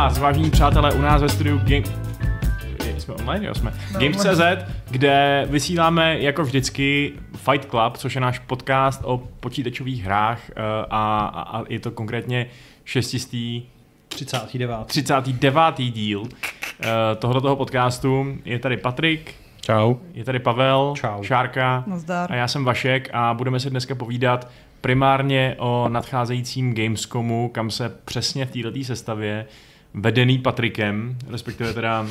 vás, vážení přátelé, u nás ve studiu jsme online, jo, jsme Games.cz, kde vysíláme jako vždycky Fight Club, což je náš podcast o počítačových hrách a je to konkrétně 39. díl tohoto podcastu. Je tady Patrik. Čau. Je tady Pavel. Čau. Šárka. Nazdar. A já jsem Vašek a budeme se dneska povídat primárně o nadcházejícím Gamescomu, kam se přesně v této sestavě vedený Patrikem, respektive teda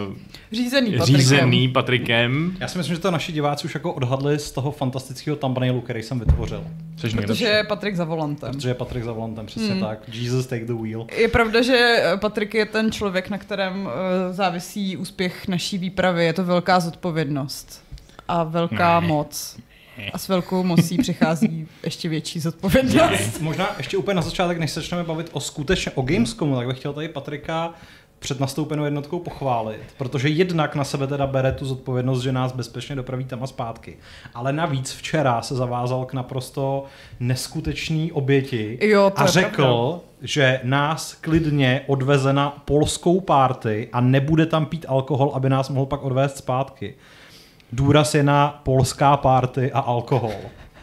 řízený Patrikem. Já si myslím, že to naši diváci už jako odhadli z toho fantastického thumbnailu, který jsem vytvořil. Protože je Patrik za volantem. Přesně tak. Jesus take the wheel. Je pravda, že Patrik je ten člověk, na kterém závisí úspěch naší výpravy. Je to velká zodpovědnost a velká moc. A s velkou mocí přichází ještě větší zodpovědnost. Možná ještě úplně na začátek, než se začneme bavit skutečně o Gamescomu, tak bych chtěl tady Patrika před nastoupenou jednotkou pochválit, protože jednak na sebe teda bere tu zodpovědnost, že nás bezpečně dopraví tam a zpátky. Ale navíc včera se zavázal k naprosto neskutečný oběti a řekl, že nás klidně odveze na polskou party a nebude tam pít alkohol, aby nás mohl pak odvést zpátky. Důraz je na polská party a alkohol.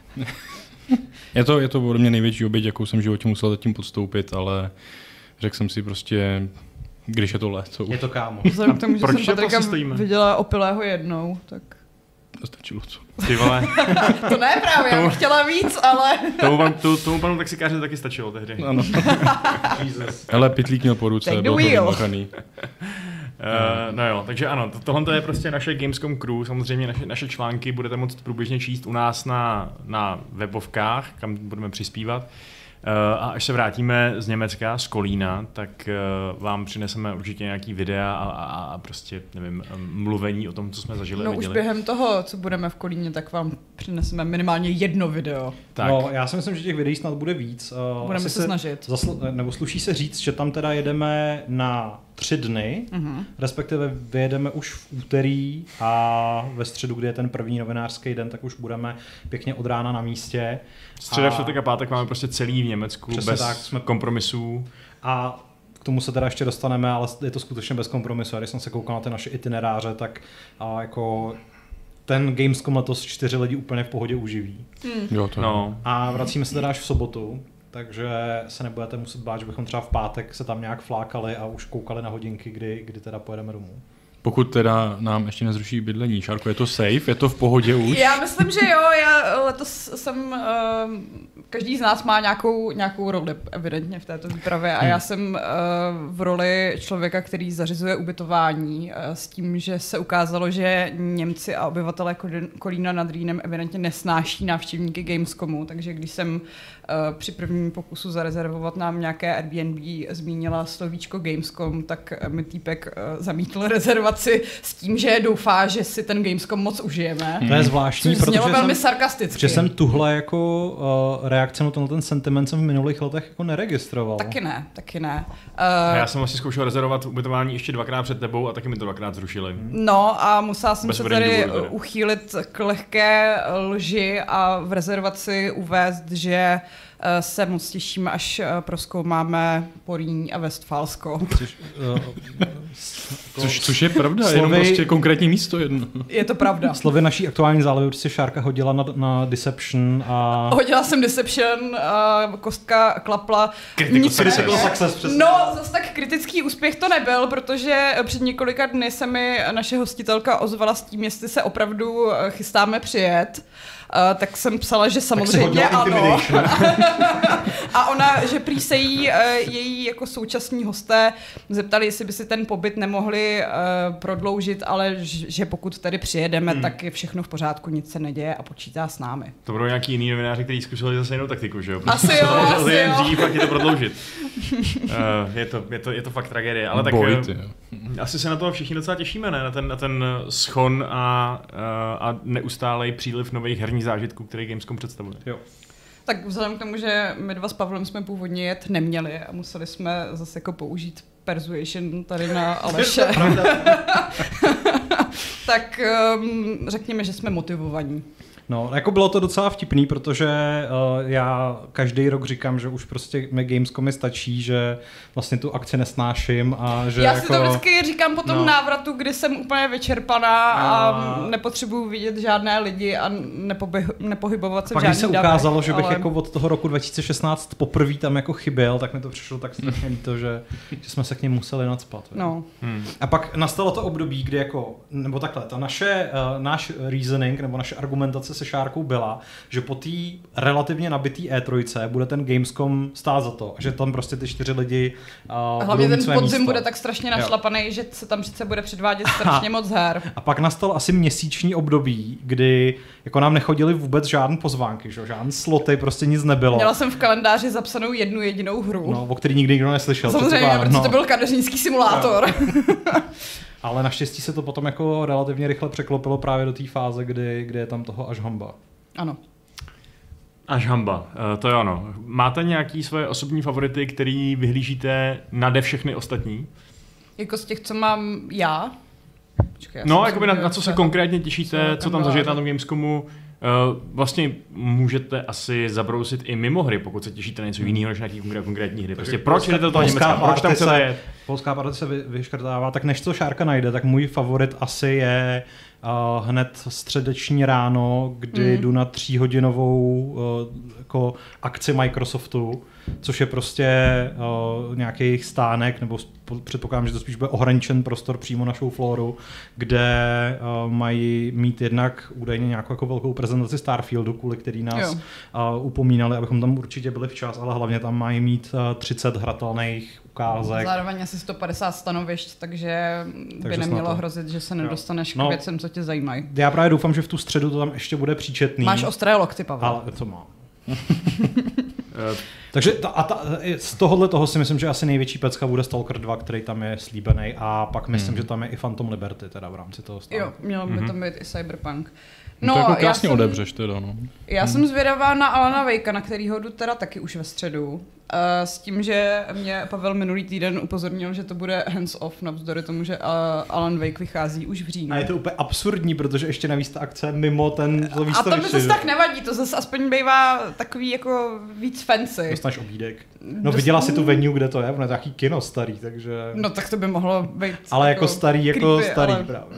Je to ode mě největší oběť, jakou jsem v životě musel zatím podstoupit, ale řekl jsem si prostě, když je to léto. Je to kámo. Vzhledem k tomu, že jsem Patrika stojíme? viděla opilého jednou, tak... To stačilo, co? Ty vole. To ne právě, já bych chtěla víc, ale... Tomu panu taxikáři taky stačilo tehdy. Ano. Hele, pitlík měl po ruce, byl to vymachaný. No jo, takže ano, tohle je prostě naše Gamescom crew, samozřejmě naše články budete moct průběžně číst u nás na webovkách, kam budeme přispívat. A až se vrátíme z Německa, z Kolína, tak vám přineseme určitě nějaký videa a prostě, nevím, mluvení o tom, co jsme zažili a viděli. Už během toho, co budeme v Kolíně, tak vám přineseme minimálně jedno video. Tak. No, já si myslím, že těch videí snad bude víc. Budeme se snažit. Nebo sluší se říct, že tam teda jedeme na 3 dny, respektive vyjedeme už v úterý a ve středu, kdy je ten první novinářský den, tak už budeme pěkně od rána na místě. Středa, čtvrtek a pátek máme prostě celý v Německu, přesně bez tak, kompromisů. A k tomu se teda ještě dostaneme, ale je to skutečně bez kompromisu. A když jsem se koukal na ty naše itineráře, tak jako ten Gamescom letos 4 lidi úplně v pohodě uživí. Jo, to no. A vracíme se teda až v sobotu, takže se nebudete muset bát, že bychom třeba v pátek se tam nějak flákali a už koukali na hodinky, kdy teda pojedeme domů. Pokud teda nám ještě nezruší bydlení. Šárko, je to safe? Je to v pohodě už? Já myslím, že jo. Já letos jsem... každý z nás má nějakou roli evidentně v této výpravě a já jsem v roli člověka, který zařizuje ubytování s tím, že se ukázalo, že Němci a obyvatelé Kolína nad Rýnem evidentně nesnáší návštěvníky Gamescomu, takže když jsem při prvním pokusu zarezervovat nám nějaké Airbnb zmínila slovíčko Gamescom, tak mi týpek zamítl rezervaci s tím, že doufá, že si ten Gamescom moc užijeme. To je zvláštní, protože znělo velmi sarkasticky. Že jsem tuhle jako reakci na ten sentiment jsem v minulých letech jako neregistroval. Taky ne. Já jsem vlastně zkoušel rezervovat ubytování ještě 2krát před tebou a taky mi to 2krát zrušili. No a musela jsem se tady důvodu, uchýlit k lehké lži a v rezervaci uvést, že se moc těšíme, až prozkoumáme Porýní a Vestfálsko. Což je pravda, jenom prostě konkrétní místo jedno. Je to pravda. Slovy naší aktuální zálohy si Šárka hodila na Deception a... Hodila jsem Deception, kostka klapla. No, zase tak kritický úspěch to nebyl, protože před několika dny se mi naše hostitelka ozvala s tím, jestli se opravdu chystáme přijet. Tak jsem psala, že samozřejmě ano. A ona, že prý se její jako současní hosté zeptali, jestli by si ten pobyt nemohli prodloužit, ale že pokud tady přijedeme, tak je všechno v pořádku, nic se neděje a počítá s námi. To budou nějaký jiný novináři, kteří zkusili zase jinou taktiku, že jo? Asi jo. Dřív pak je to prodloužit. Je to fakt tragédie, ale tak asi se na to všichni docela těšíme, ne? Na ten schon a neustálej příliv nových herních zážitků, který Gamescom představuje. Jo. Tak vzhledem k tomu, že my dva s Pavlem jsme původně jet neměli a museli jsme zase jako použít persuasion tady na Aleše, tak řekněme, že jsme motivovaní. No, jako bylo to docela vtipný, protože já každý rok říkám, že už prostě mi Gamescomy stačí, že vlastně tu akci nesnáším a že Já jako... si to vždycky říkám po tom návratu, kdy jsem úplně vyčerpaná a nepotřebuju vidět žádné lidi a nepohybovat se v žádných Pak když se davech, ukázalo, že bych ale... jako od toho roku 2016 poprvé tam jako chyběl, tak mi to přišlo tak strašně líto, že jsme se k němu museli nacpat. No. A pak nastalo to období, kdy jako, nebo takhle, náš reasoning nebo naše argumentace se Šárkou byla, že po té relativně nabitý E3 bude ten Gamescom stát za to, že tam prostě ty 4 lidi hlavně budou mít ten své podzim místo. bude tak strašně našlapaný, že se tam přece bude předvádět strašně moc her. A pak nastal asi měsíční období, kdy jako nám nechodily vůbec žádné pozvánky, že? Žádné sloty, prostě nic nebylo. Měla jsem v kalendáři zapsanou jednu jedinou hru. No, o který nikdy nikdo neslyšel. Samozřejmě, protože to byl kadeřnický simulátor. No. Ale naštěstí se to potom jako relativně rychle překlopilo právě do té fáze, kdy je tam toho až hamba. Ano. Až hamba, to je ono. Máte nějaký svoje osobní favority, který vyhlížíte nade všechny ostatní? Jako z těch, co mám já? Počkej, No, jakoby na co se konkrétně těšíte, co tam zažijete na tom Gamescomu? Vlastně můžete asi zabrousit i mimo hry, pokud se těšíte na něco jiného než nějaký konkrétní hry. Prostě proč jdete do toho Německa? Proč tam chcete jet? Polská party se vyškrtává, tak než to Šárka najde, tak můj favorit asi je hned středeční ráno, kdy jdu na 3hodinovou jako akci Microsoftu, což je prostě nějaký stánek, nebo předpokládám, že to spíš bude ohraničen prostor přímo na show flooru, kde mají mít jednak údajně nějakou jako velkou prezentaci Starfieldu, kvůli který nás upomínali, abychom tam určitě byli včas, ale hlavně tam mají mít 30 hratelných ukázek. Zároveň asi 150 stanovišť, takže by nemělo hrozit, že se nedostaneš k věcem, co tě zajímají. Já právě doufám, že v tu středu to tam ještě bude příčetný. Máš ostré lokty, Pavel. Ale co mám? Takže z tohohle toho si myslím, že asi největší pecka bude Stalker 2, který tam je slíbený, a pak myslím, že tam je i Phantom Liberty teda v rámci toho stále. Jo, mělo by tam být i Cyberpunk. No, to jako krásně odebřeš teda, no. Já jsem zvědavá na Alana Wakea, na kterýho jdu teda taky už ve středu. S tím, že mě Pavel minulý týden upozornil, že to bude hands-off, navzdory tomu, že Alan Wake vychází už v říjnu. A je to úplně absurdní, protože ještě navíc ta akce mimo ten výstaviště. A to mi zase tak nevadí, to zase aspoň bývá takový jako víc fancy. Dostaneš obídek. No viděla si tu venue, kde to je, ono je to nějaký kino starý, takže... No tak to by mohlo být ale jako starý, creepy, jako starý ale... právě.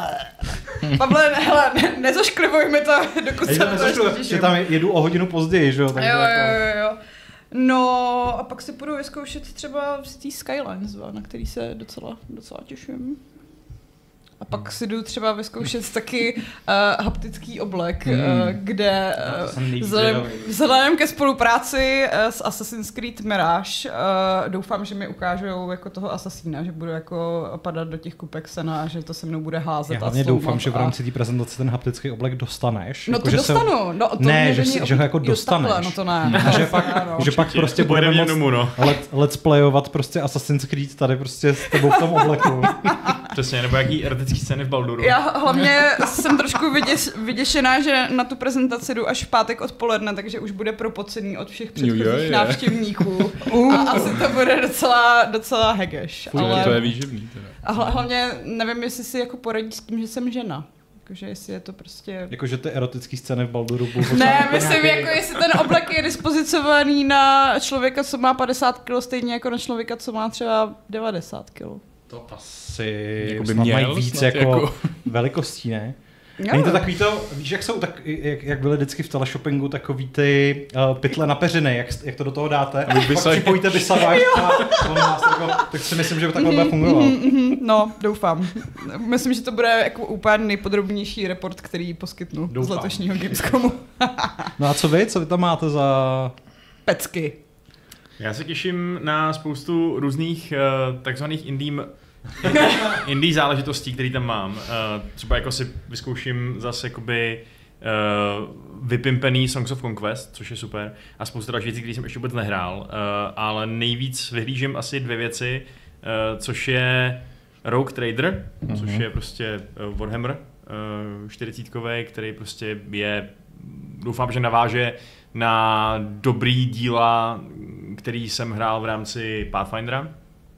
Pavle, hele, nezošklivuj mi to, dokud se na to ještě že tam jedu o hodinu později, že jo? Jo. No a pak si půjdu vyzkoušet třeba v City Skylines 2, na který se docela těším. A pak si jdu třeba vyzkoušet taky haptický oblek, kde vzhledem ke spolupráci s Assassin's Creed Mirage doufám, že mi ukážou jako toho asasína, že budu jako padat do těch kupek sena a že to se mnou bude házet. Já hlavně doufám, že v rámci té prezentace ten haptický oblek dostaneš. No jako, to dostanu. No, to ne, že ho jako dostaneš. No to ne. A že pak prostě budeme let's playovat prostě Assassin's Creed tady prostě s tebou v tom obleku. Přesně, nebo jaký erotický scény v Balduru. Já hlavně jsem trošku vyděšená, že na tu prezentaci jdu až v pátek odpoledne, takže už bude propocený od všech předchozích návštěvníků. A asi to bude docela hegeš. Ale... To je výživný teda. A hlavně nevím, jestli si jako poradí s tím, že jsem žena. Jakože jestli je to prostě... Jakože ty erotický scény v Balduru budou... Ne, myslím, nějaký... jako jestli ten oblek je dispozicovaný na člověka, co má 50 kg, stejně jako na člověka, co má třeba 90 kg. To asi jako by měl mají víc jako velikostí, ne? Není to takový to, víš, jak jsou, tak, jak byly vždycky v teleshoppingu takový ty pytle na peřiny, jak to do toho dáte, a pak připojíte vysavač tak si myslím, že by takhle bude fungovat. No, doufám. Myslím, že to bude jako úplně nejpodrobnější report, který poskytnu z letošního Gamescomu. No a co vy tam máte za... pecky? Já se těším na spoustu různých takzvaných indie záležitostí, které tam mám. Třeba jako si vyzkouším zase jakoby vypimpený Songs of Conquest, což je super, a spoustu dalších věcí, které jsem ještě vůbec nehrál, ale nejvíc vyhlížím asi 2 věci, což je Rogue Trader, což je prostě Warhammer 40kovej, který prostě je, doufám, že naváže na dobrý díla, který jsem hrál v rámci Pathfindera.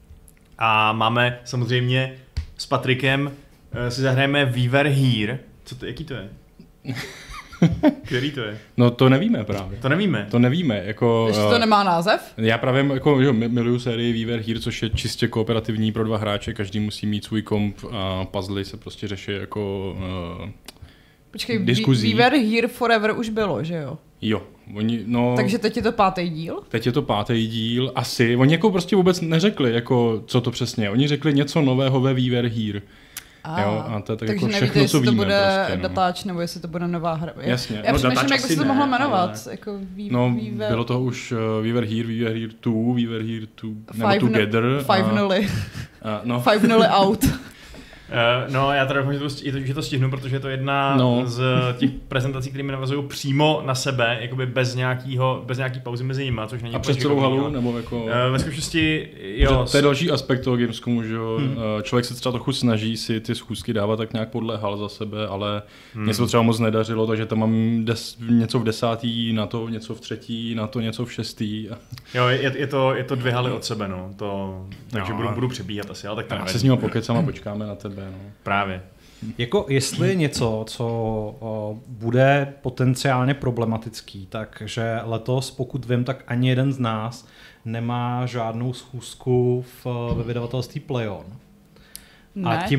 A máme samozřejmě s Patrikem si zahrajeme We Were Here. Jaký to je? Který to je? No to nevíme právě. To nevíme. To nevíme, jako... Ještě to nemá název? Já právě jako, že miluju sérii We Were Here, což je čistě kooperativní pro 2 hráče, každý musí mít svůj komp a puzzle se prostě řeší jako Počkej, diskuzí. We Were Here Forever už bylo, že jo? Jo, oni, no... Takže teď je to 5. díl? Teď je to 5. díl, asi. Oni jako prostě vůbec neřekli, jako, co to přesně je. Oni řekli něco nového ve We Were Here. Jo, a to je tak takže jako nevíte, všechno, co jestli to víme. bude Prostě, no. datáč, nebo jestli to bude nová hra. Jasně. Já přemýšlím, datáč jak by asi se to mohlo ne, jmenovat. ale... Jako bylo to už We Were Here 2, We Were Here 2, nebo Together. 5-0. No. 5-0 out. No, já teda doufám, že to stihnu, protože je to jedna z těch prezentací, které mi navazují přímo na sebe, jakoby bez nějaký pauzy mezi nimi, což není. A přes celou halu, nebo jako... Ve skutečnosti, jo. To je další aspekt toho Gamescomu, že jo. Člověk se třeba trochu snaží si ty schůzky dávat tak nějak podle hal za sebe, ale mně se to třeba moc nedařilo, takže tam mám něco v 10., na to něco v 3., na to něco v 6. Jo, je to 2 haly od sebe, no. Takže budu přebíhat asi, ale tak to nevím. Se s nimi pokecám a počkáme na tebe. No. Právě. Jako jestli něco, co bude potenciálně problematický, takže letos, pokud vím, tak ani jeden z nás nemá žádnou schůzku ve vydavatelství Playon. Ne, a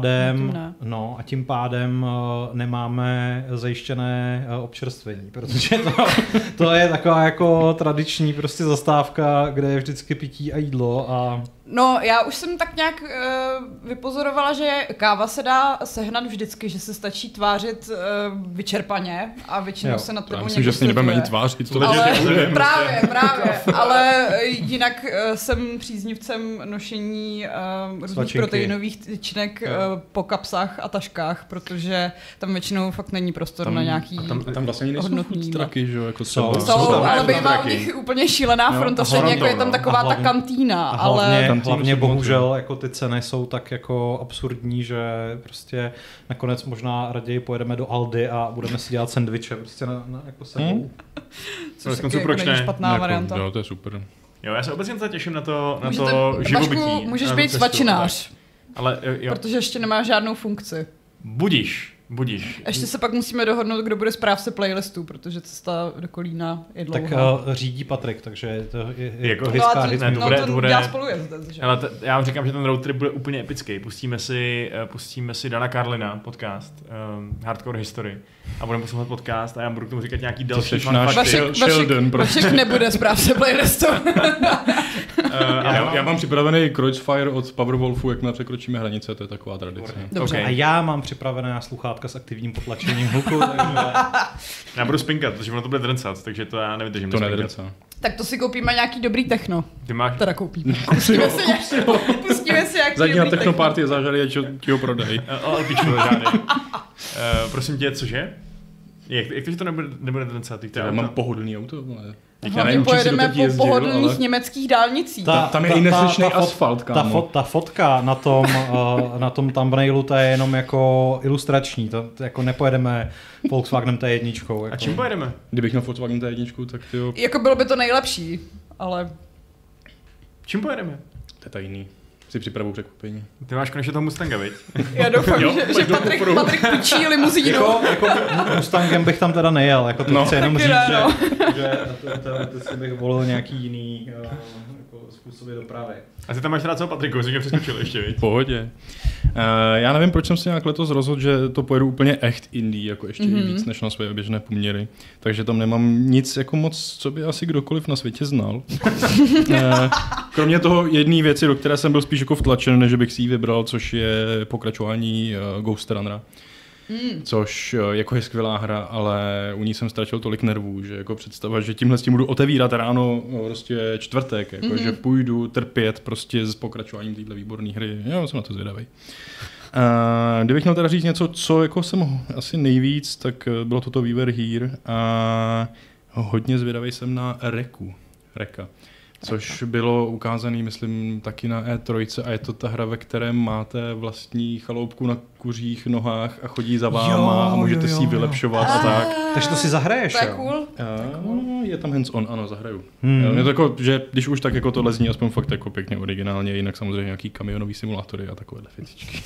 tím pádem nemáme zajištěné občerstvení, protože to je taková jako tradiční prostě zastávka, kde je vždycky pití a jídlo a... No, já už jsem tak nějak vypozorovala, že káva se dá sehnat vždycky, že se stačí tvářit vyčerpaně a většinou se nad tebou myslím, že si nebudeme ani tvářit. Právě. Ale jinak jsem příznivcem nošení různých proteinových tyčinek po kapsách a taškách, protože tam většinou fakt není prostor na nějaký tam vlastně hodnotný traky, že jo, jako jsou, ale bývá u nich úplně šílená fronta, stejně jako je tam taková ta kantýna, ale... Hlavně bohužel jako ty ceny jsou tak jako absurdní, že prostě nakonec možná raději pojedeme do Aldi a budeme si dělat sendviče prostě na jako sebou. Což taky jako není špatná varianta. Jo, to je super. Jo, já se obecně těším na to živobytí. Můžeš být svačinář, ale jo. Protože ještě nemá žádnou funkci. Budíš. Ještě se pak musíme dohodnout, kdo bude správce playlistu, protože cesta do Kolína je dlouhá. Tak řídí Patrik, takže to je jako hezká to bude já spolu jezdec, že? Ale já vám říkám, že ten road trip bude úplně epický. Pustíme si Dana Carlina podcast Hardcore History a budeme poslouchat podcast a já budu k tomu říkat nějaký další fanfakty. Vašek nebude správce playlistu. Já mám připravený Kreuzfire od Powerwolfu, jak překročíme hranice, to je taková tradice. Dobře, okay. A já mám připravené sluchátka s aktivním potlačením hluku. Takže... Já budu spinkat, protože ono to bude drncat, takže to já nevydržím. To nedrncá. Tak to si koupíme nějaký dobrý techno. Ty máš? Teda koupíme. Pustíme si nějaký zadní technoparty je zážady, ať ti ho prodají. LPčko zážady. Prosím tě, cože? Jak to, že to nebude drncat? Já mám pohodlný auto, ale... Hlavně pojedeme po pohodlných německých dálnicích. Tam je i neslyšný asfalt, kámo. Ta fotka na tom thumbnailu, to je jenom jako ilustrační. To jako nepojedeme Volkswagenem T1. Jako. A čím pojedeme? Kdybych měl Volkswagen T1, tak tyjo... Jako bylo by to nejlepší, ale... Čím pojedeme? To je tajný. Si připravu překvapení. Ty máš konečně toho Mustanga, viď? Já doufám, že Patrik půjčí limuzínu. Jako Mustangem bych tam teda nejel, jako to chci jenom říct, že to si bych volil nějaký jiný jako způsoby dopravy. A ty tam máš rád co, Patriku, jsi mě přeskočil ještě, viď? Pohodě. Já nevím, proč jsem si nějak letos rozhodl, že to pojedu úplně echt indie, jako ještě víc než na své běžné poměry. Takže tam nemám nic jako moc, co by asi kdokoliv na světě znal. Kromě toho jedné věci, do které jsem byl spíš jako vtlačen, než bych si ji vybral, což je pokračování Ghost Runnera. Což jako je skvělá hra, ale u ní jsem ztratil tolik nervů, že jako představa, že tímhle s tím budu otevírat ráno prostě čtvrtek, jako že půjdu trpět prostě s pokračováním téhle výborné hry. Já jsem na to zvědavej. Kdybych měl teda říct něco, co jako jsem asi nejvíc, tak bylo toto We Were Here a hodně zvědavej jsem na Reka. Což bylo ukázané, myslím, taky na E3 a je to ta hra, ve které máte vlastní chaloupku na kuřích nohách a chodí za váma a můžete si ji vylepšovat a tak. Takže to si zahraješ, jo? To je cool. je tam hands-on, ano, zahraju. Je to jako, že když už tak jako tohle zní aspoň fakt jako pěkně originálně, jinak samozřejmě nějaký kamionový simulátory a takovéhle věcičky.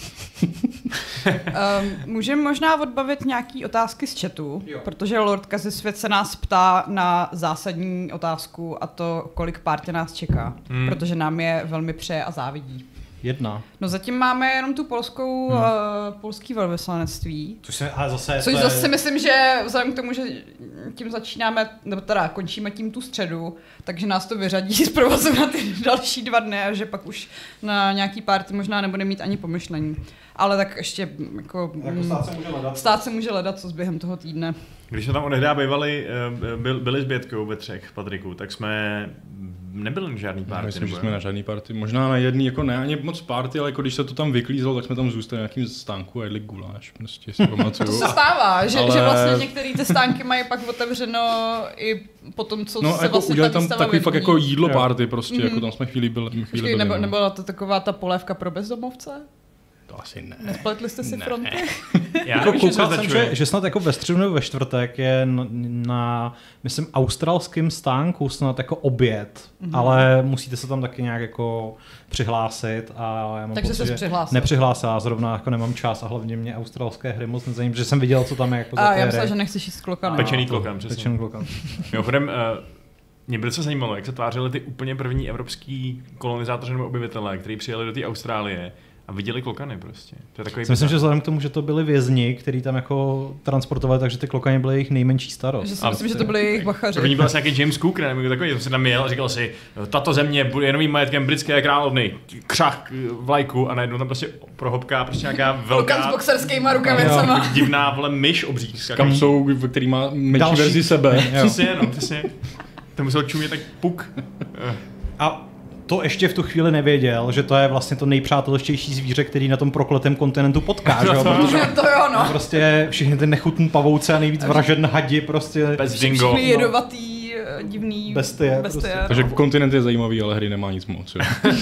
Můžeme možná odbavit nějaký otázky z chatu, protože Lord Kazisvět se nás ptá na zásadní otázku a to, kolik party nás čeká, protože nám je velmi přeje a závidí. 1. No zatím máme jenom tu polský velvyslanectví. Což zase si myslím, že vzhledem k tomu, že tím začínáme, nebo teda končíme tím tu středu, takže nás to vyřadí z provozu na ty další 2 dny a že pak už na nějaký party možná nebude mít ani pomyšlení. Ale tak ještě jako stát se může ledat, co během toho týdne. Když jsme tam onehdá byli s Bětkou ve 3, Patriku, tak jsme nebyli na žádný party. Myslím, že jsme na žádný party. Možná na jedný, jako ne ani moc party, ale jako když se to tam vyklízlo, tak jsme tam zůstali na nějakým stánku a jedli guláš. Prostě si pamatuju. To se stává, že vlastně některé ty stánky mají pak otevřeno i po tom, co no, se jako vlastně udělali tam tam takový fakt jako jídlo party prostě, jako tam jsme chvíli byli. Nebyla to taková ta polévka pro bezdomovce? To asi ne. Nespletli jste si fronty? Já jako nevím, koukal jsem, že snad jako ve středu nebo ve čtvrtek je na myslím, australském stánku snad jako oběd, ale musíte se tam taky nějak jako přihlásit a já mám takže pocit, že nepřihlásil, já zrovna jako nemám čas a hlavně mě australské hry moc nezajímají, protože jsem viděl, co tam je jako za já myslím, že nechceš jíst klokan. Pečený klokan, přesně. Pečený klokan. Mimochodem, mě by se zajímalo, jak se tvářili ty úplně první evropský kolonizátoři nebo obyvatelé, kteří přijeli do té Austrálie a viděli klokany prostě. To je takový myslím, že vzhledem k tomu, že to byli vězni, kteří tam jako transportovali, takže ty klokany byly jejich nejmenší starost. Že si myslím, že to byli jejich bachaři. První byl asi nějaký James Cook, nebo takový, jsem se tam jel a říkal si, tato země bude novým majetkem britské královny, křach vlajku a najednou tam prostě prohopká prostě nějaká velká... Klokan s boxerskýma rukavicama. Divná, vole, myš obřízka. Kapsou, který má menší verzi sebe. Přesně. To musel čumět tak puk. A to ještě v tu chvíli nevěděl, že to je vlastně to nejpřátelštější zvíře, který na tom prokletém kontinentu potká, že jo? Protože to jo, no. prostě všichni ty nechutný pavouci a nejvíc vražedn hadi prostě. Bez dingo. Všichni jedovatý, divný bestie. Prostě. Takže kontinent je zajímavý, ale hry nemá nic moc.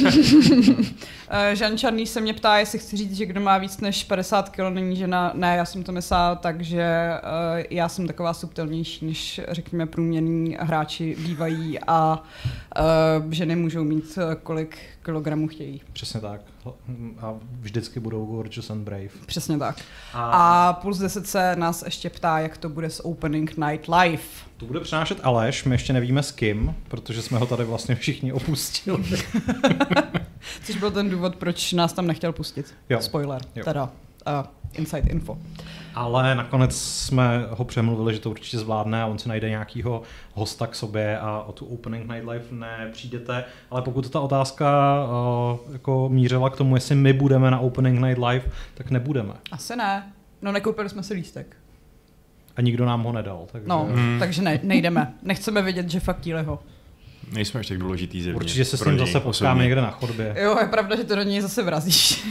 Žan Čarný se mě ptá, jestli chci říct, že kdo má víc než 50 kg, není žena. Ne, já jsem to myslela, takže já jsem taková subtilnější, než řekněme průměrní hráči bývají a ženy můžou mít kolik kilogramů chtějí. Přesně tak. A vždycky budou gorgeous and brave. Přesně tak. A Puls 10 se nás ještě ptá, jak to bude s Opening Night Live. To bude přenášet Aleš, my ještě nevíme s kým, protože jsme ho tady vlastně všichni opustili. Což byl ten důvod, proč nás tam nechtěl pustit. Jo. Spoiler, jo. teda inside info. Ale nakonec jsme ho přemluvili, že to určitě zvládne a on si najde nějakýho hosta k sobě a o tu Opening Night Live nepřijdete. Ale pokud ta otázka jako mířila k tomu, jestli my budeme na Opening Night Live, tak nebudeme. Asi ne. No nekoupili jsme si lístek. A nikdo nám ho nedal. Takže... No, takže nejdeme. Nechceme vidět, že faktíli ho. Nejsme ještě tak důležitý země. Určitě se s ním zase potkáme někde na chodbě. Jo, je pravda, že to do něj zase vrazíš.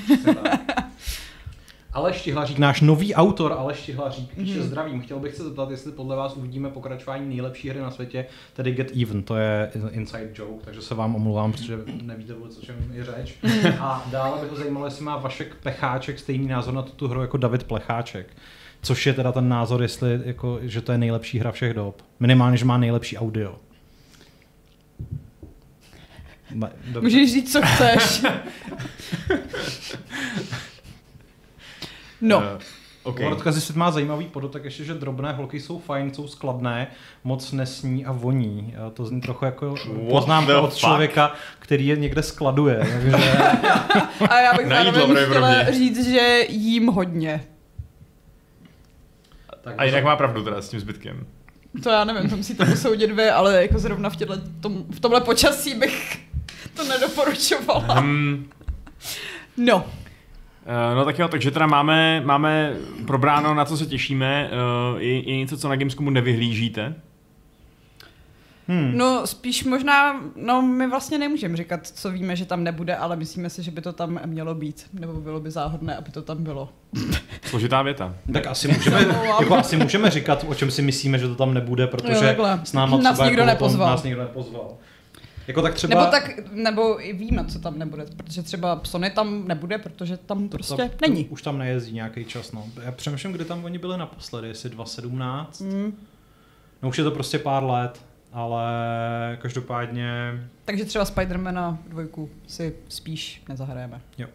Aleš Tihlařík, náš nový autor Aleš Tihlařík, píše zdravím. Chtěl bych se zeptat, jestli podle vás uvidíme pokračování nejlepší hry na světě, tedy Get Even, to je inside joke, takže se vám omlouvám, protože nevíte vůbec, o čem je řeč. A dále bych ho zajímalo, jestli má Vašek Pecháček stejný názor na tu hru jako David Plecháček. Což je teda ten názor, jestli, jako, že to je nejlepší hra všech dob. Minimálně, že má nejlepší audio. Můžeš říct, co chceš. No. Okay. Lord Kazisvět má zajímavý podotek ještě, že drobné holky jsou fajn, jsou skladné, moc nesní a voní. To zní trochu jako poznámka od člověka, který je někde skladuje. Takže... A já bych zároveň chtěla říct, že jím hodně. A jinak má pravdu teda s tím zbytkem. To já nevím, to musíte posoudit vy, ale jako zrovna v tomhle počasí bych to nedoporučovala. No. No tak jo, takže teda máme probráno, na co se těšíme, je něco, co na Gamescomu nevyhlížíte? No spíš možná, no my vlastně nemůžeme říkat, co víme, že tam nebude, ale myslíme si, že by to tam mělo být, nebo bylo by záhodné, aby to tam bylo. Složitá věta. Tak asi můžeme říkat, o čem si myslíme, že to tam nebude, protože s náma nás nikdo nepozval. Nás nikdo nepozval. Jako tak třeba... Nebo i víme, co tam nebude, protože třeba Sony tam nebude, protože tam prostě není. Už tam nejezdí nějaký čas, no. Já přemýšlím, kdy tam oni byli naposledy, jestli 2017. No už je to prostě pár let. ale každopádně... Takže třeba Spider-Mana 2 si spíš nezahrajeme. Jo.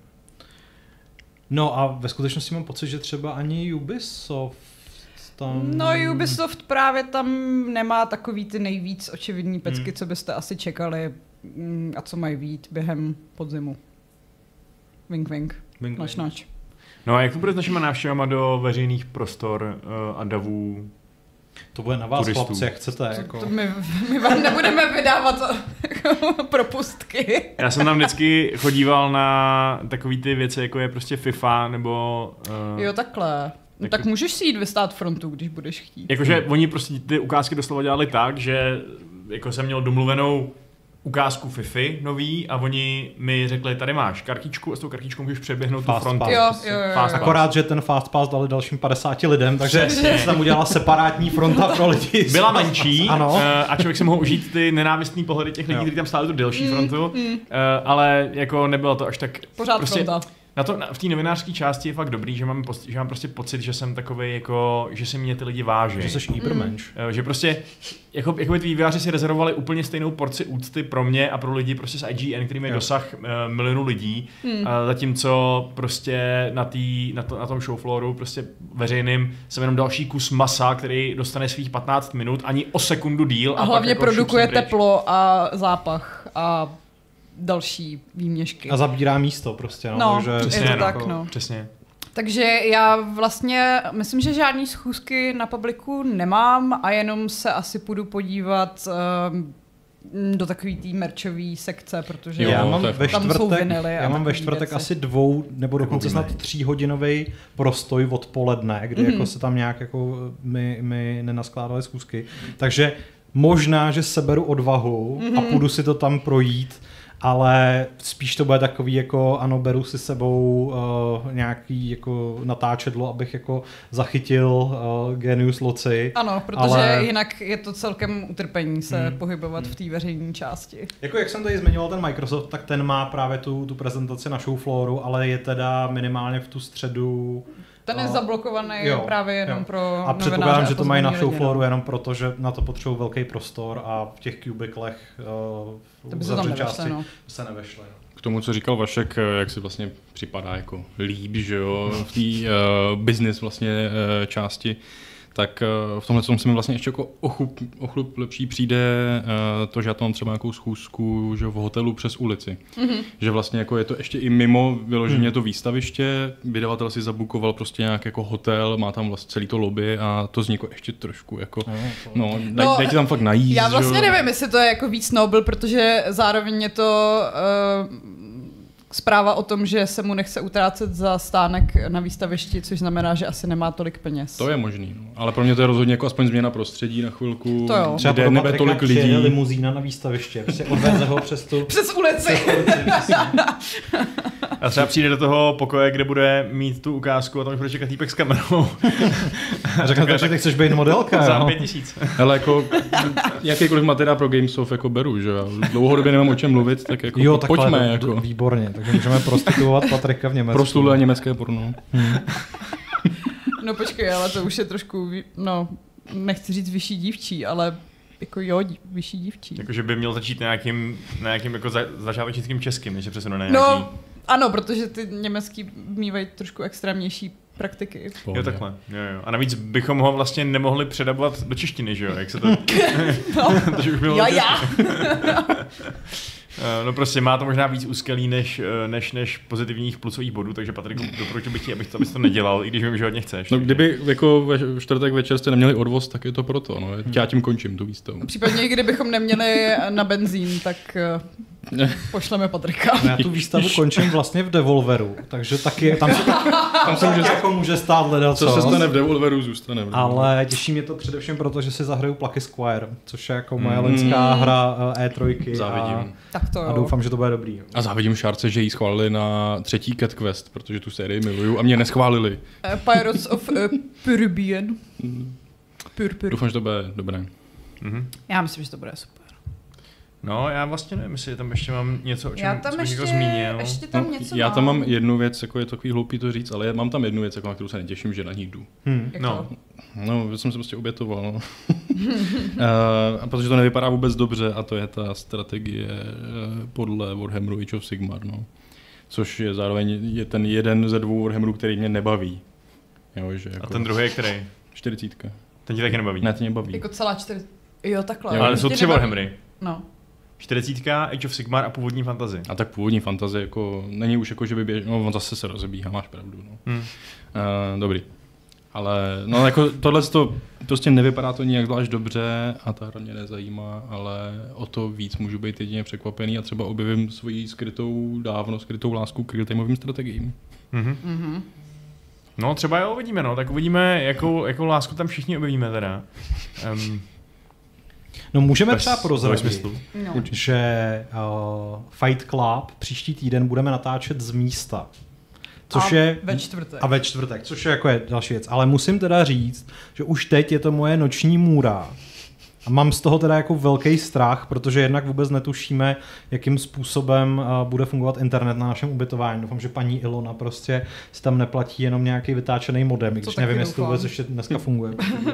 No a ve skutečnosti mám pocit, že třeba ani Ubisoft tam... No Ubisoft právě tam nemá takový ty nejvíc očividní pecky, co byste asi čekali a co mají vít během podzimu. Wink, wink. Wink, Nač, wink. nač. No a jak to bude s našimi návštěvama do veřejných prostor a davů? To bude na vás, turistů. chlapci, jak chcete. Jako. My vám nebudeme vydávat propustky. Já jsem tam vždycky chodíval na takový ty věci, jako je prostě FIFA, nebo... Jo, takhle. No, tak můžeš si jít vystát frontu, když budeš chtít. Jakože oni prostě ty ukázky doslova dělali tak, že jako jsem měl domluvenou ukázku FIFA nový a oni mi řekli, tady máš kartičku a s tou kartičkou můžeš přeběhnout tu Fast frontu. pass. Jo. Fast pass. Akorát, že ten Fast Pass dali dalším 50 lidem, takže se tam udělala separátní fronta pro lidi. Byla menší Ano. a člověk si mohl užít ty nenávistný pohledy těch lidí, kteří tam stáli tu delší frontu, ale jako nebylo to až tak... Pořád prostě fronta. v té novinářské části je fakt dobrý, že mám prostě pocit, že jsem takovej jako, že si mě ty lidi váží. Že jsi Ibermensch. Že prostě, jako by ty vývojáři si rezervovali úplně stejnou porci úcty pro mě a pro lidi prostě z IGN, který mají dosah milionu lidí, zatímco prostě na tom showflooru prostě veřejným jsem jenom další kus masa, který dostane svých 15 minut, ani o sekundu díl. A hlavně pak jako produkuje šup sem pryč. teplo a zápach a další výměšky. A zabírá místo prostě. No, No, takže je Přesně, to no. tak, no. Přesně. Takže já vlastně myslím, že žádný schůzky na publiku nemám a jenom se asi půjdu podívat do takový té merčové sekce, protože Jo, já mám to je ve tam jsou čtvrtek, vinily a já mám ve takový čtvrtek věci. asi 2 nebo dokonce snad 3hodinový prostoj odpoledne, kdy jako se tam nějak jako my nenaskládali schůzky. Takže možná, že seberu odvahu a půjdu si to tam projít, ale spíš to bude takový jako ano, beru si sebou nějaký jako natáčedlo, abych jako zachytil Genius Loci. Ano, protože ale... jinak je to celkem utrpení se pohybovat v té veřejné části. Jako jak jsem tady zmiňoval ten Microsoft, tak ten má právě tu prezentaci na showflooru, ale je teda minimálně v tu středu. Ten je zablokovaný jo, právě jenom jo. pro A předpokládám, že to mají na pozvaný lidi, showflooru jenom proto, že na to potřebují velký prostor a v těch kubiklech To by se tam nevešlo, no. se nevešly. K tomu, co říkal Vašek, jak si vlastně připadá jako líp, že jo, v té business vlastně části, tak v tomhle se mi vlastně ještě jako o chlup lepší přijde to, že já tam mám třeba nějakou schůzku, že v hotelu přes ulici. Že vlastně jako je to ještě i mimo vyloženě to výstaviště, vydavatel si zabukoval prostě nějak jako hotel, má tam vlastně celý to lobby a to vzniklo ještě trošku jako, daj ti tam fakt najíst. Já vlastně že? nevím, jestli to je jako víc nobl, protože zároveň je to zpráva o tom, že se mu nechce utrácet za stánek na výstavišti, což znamená, že asi nemá tolik peněz. To je možný, no. Ale pro mě to je rozhodně jako aspoň změna prostředí na chvilku, To jo. Třeba kde pro nebe Patrika tolik přijede lidí. limuzína na výstaviště, prostě odveze ho přes tu... Přes ulici. A třeba přijde do toho pokoje, kde bude mít tu ukázku a tam už bude čekat týpek s kamerou. A řekne, že ty chceš být modelka, Za jo? 5000. Hele, jako jakýkoliv materiál pro Gamesoft jako beru, že jo. Dlouhodobě nemám o čem mluvit, tak jako Jo, takhle, pojďme jako. výborně, takže můžeme prostituovat Patrika v Německu. Prostulé německé porno. No počkej, ale to už je trošku, no, nechci říct vyšší dívčí, ale jako jo, vyšší dívčí. Jakože by měl začít na nějakým jako začátečnickým českým, než se přesune na nějaký... No, ano, protože ty německý mývají trošku extrémnější praktiky. Jo, takhle. Jo. A navíc bychom ho vlastně nemohli předabovat do češtiny, že jo? Jak se to... No, to už bylo já. No prostě má to možná víc úskalí než pozitivních plusových bodů, takže Patriku, doporučuji bych ti, abys to nedělal, i když vím, že hodně chceš. No kdyby jako ve čtvrtek večer jste neměli odvoz, tak je to proto, no. Já tím končím tu výstavu. Případně i kdybychom neměli na benzín, tak pošleme Patrika. No já tu výstavu končím vlastně v Devolveru, takže taky tam se jako může stát hledat Co se stane v Devolveru, zůstane. Ale těší mě to především proto, že si zahraju Plucky Squire, což je jako moje lidská hra E3. Závidím. Tak to jo. A doufám, že to bude dobrý. A závidím Šárce, že jí schválili na 3. Cat Quest, protože tu sérii miluju a mě neschválili. Pirates of Caribbean. Pur. Doufám, že to bude dobré. Mhm. Já myslím, že to bude super. No, já vlastně nevím, jestli tam ještě mám něco, o čem Já tam bych jako zmínil. ještě tam něco já tam mám jednu věc, jako je takový hloupý to říct, ale mám tam jednu věc, jako na kterou se netěším, že na ní jdu. No. No, jsem se prostě obětoval. No. A protože to nevypadá vůbec dobře, a to je ta strategie podle Warhammeru Age of Sigmar, no. Což je zároveň ten jeden ze 2 Warhammerů, který mě nebaví. Jo, že jako A ten druhý je který? 40. Ten ti taky nebaví? Ne, to mě baví. Jako celá 4. Jo, takhle. Jo, ale jsou Tě 3 nebaví. Warhammery. No. 40, Age of Sigmar a původní fantasy. A tak původní fantazie jako není už jako, že by no on zase se rozebíhá, máš pravdu. No. Dobrý. Ale no jako tohle to prostě nevypadá to nijak zvlášť dobře a ta hra mě nezajímá, ale o to víc můžu být jedině překvapený a třeba objevím svoji dávno skrytou lásku k real-timeovým strategiím. Mm-hmm. No třeba jo, uvidíme, no, tak uvidíme, jakou lásku tam všichni objevíme teda. No můžeme třeba prozradit, No. že Fight Club příští týden budeme natáčet z místa. Což A je ve čtvrtek. A ve čtvrtek, což je jako je další věc. Ale musím teda říct, že už teď je to moje noční můra. A mám z toho teda jako velký strach, protože jednak vůbec netušíme, jakým způsobem bude fungovat internet na našem ubytování. Doufám, že paní Ilona prostě si tam neplatí jenom nějaký vytáčený modem, i když nevím, jestli to vůbec ještě dneska funguje.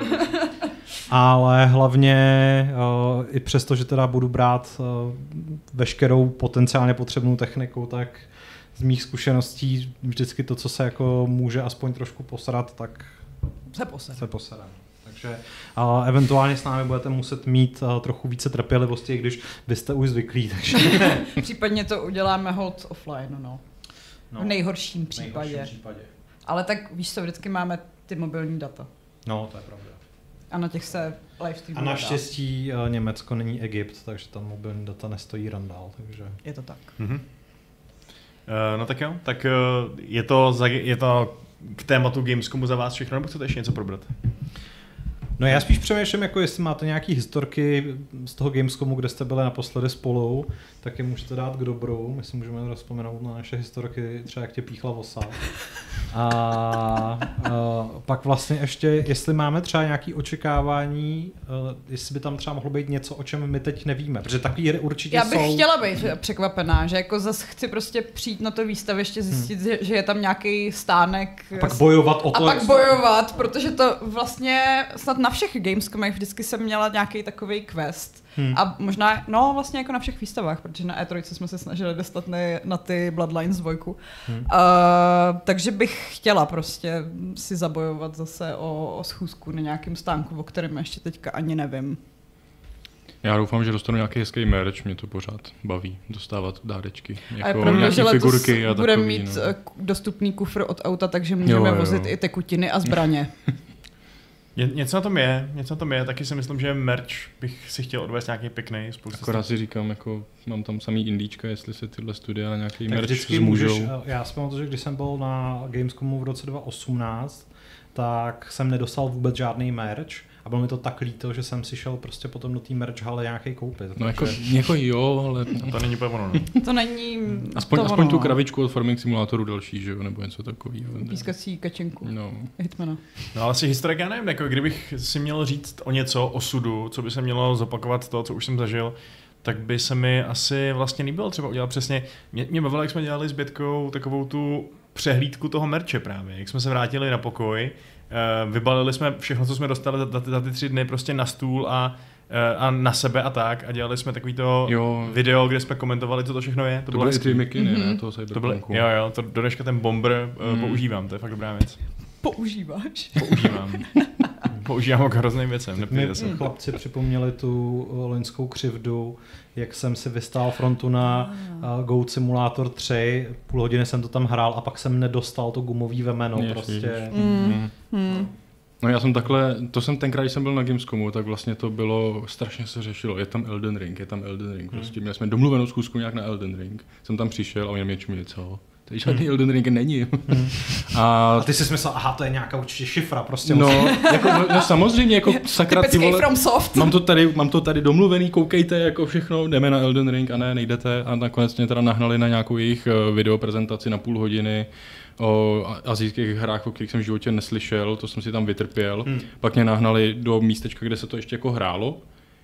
Ale hlavně i přesto, že teda budu brát veškerou potenciálně potřebnou techniku, tak z mých zkušeností vždycky to, co se jako může aspoň trošku posrat, tak se posadám. Takže eventuálně s námi budete muset mít trochu více trpělivosti, když vy jste už zvyklí. Takže... Případně to uděláme hold offline, no. V nejhorším případě. Ale tak víš co, vždycky máme ty mobilní data. No, to je pravda. A na těch se live streamu A naštěstí Německo není Egypt, takže tam mobilní data nestojí randál, takže... Je to tak. Mm-hmm. No tak jo, tak je to k tématu Gamescomu za vás všechno, nebo chcete ještě něco probrat? No já spíš přemýšlím, jako jestli máte nějaký historky z toho Gamescomu, kde jste byli naposledy spolu, tak je můžete dát k dobru. My si můžeme rozpomenout na naše historky, třeba jak tě píchla vosa. A pak vlastně ještě, jestli máme třeba nějaké očekávání, jestli by tam třeba mohlo být něco, o čem my teď nevíme, protože takový hry určitě jsou. Já bych chtěla být překvapená, že jako zase chci prostě přijít na to výstaviště, zjistit, že je tam nějaký stánek. A pak bojovat o to. A pak bojovat, protože to vlastně snad na všech Gamescomech vždycky jsem měla nějaký takový quest. A možná, no vlastně jako na všech výstavách, protože na E3 jsme se snažili dostat na ty Bloodlines 2. Takže bych chtěla prostě si zabojovat zase o schůzku na nějakém stánku, o kterém ještě teďka ani nevím. Já doufám, že dostanu nějaký hezký merch, mě to pořád baví dostávat dárečky. Jako a je pravda, že figurky a budeme takový, mít no. dostupný kufr od auta, takže můžeme vozit i tekutiny a zbraně. Něco na tom je, taky si myslím, že merch bych si chtěl odvést nějaký pěkný. Akorát si říkám, jako mám tam samý indíčka, jestli se tyhle studia na nějaký tak merch zmůžou. Já si pamatuju, že když jsem byl na Gamescomu v roce 2018, tak jsem nedostal vůbec žádný merch a bylo mi to tak líto, že jsem si šel prostě potom do té merch haly nějaký koupit. No jako jo, ale... To není úplně ono, no. To není Aspoň tu kravičku od Farming Simulatoru další, že jo, nebo něco takového. Pískací kačenku. No. Hitmana. No ale si historik, já nevím, jako kdybych si měl říct o něco, o sudu, co by se mělo zopakovat to, co už jsem zažil, tak by se mi asi vlastně líbilo třeba udělat přesně. Mě bavilo, jak jsme dělali s Bětkou takovou tu přehlídku toho merče právě, jak jsme se vrátili na pokoj, vybalili jsme všechno, co jsme dostali za ty 3 dny prostě na stůl a na sebe a tak a dělali jsme takovýto video, kde jsme komentovali, co to všechno je. To byly ty mikiny, ne? Toho Cyberpunku. Jo, to do dneška ten bomber používám, to je fakt dobrá věc. Používáš? Používám ho k hrozným věcem. Chlapci připomněli tu loňskou křivdu, jak jsem si vystál frontu na Goat Simulator 3, půl hodiny jsem to tam hrál a pak jsem nedostal to gumový vemeno. Prostě. No já jsem to jsem tenkrát, když jsem byl na Gamescomu, tak vlastně to bylo, strašně se řešilo, je tam Elden Ring, prostě měli jsme domluvenou zkusku nějak na Elden Ring, jsem tam přišel a oni mě čumili, co? To žádný Elden Ring není. A ty jsi myslel, aha, to je nějaká určitě šifra, prostě. No, no samozřejmě, jako sakra, ty vole, mám to tady domluvený, koukejte, jako všechno, jdeme na Elden Ring a ne, nejdete a nakonec mě teda nahnali na nějakou jejich videoprezentaci na půl hodiny o asijských hrách, o kterých jsem v životě neslyšel, to jsem si tam vytrpěl. Pak mě nahnali do místečka, kde se to ještě jako hrálo.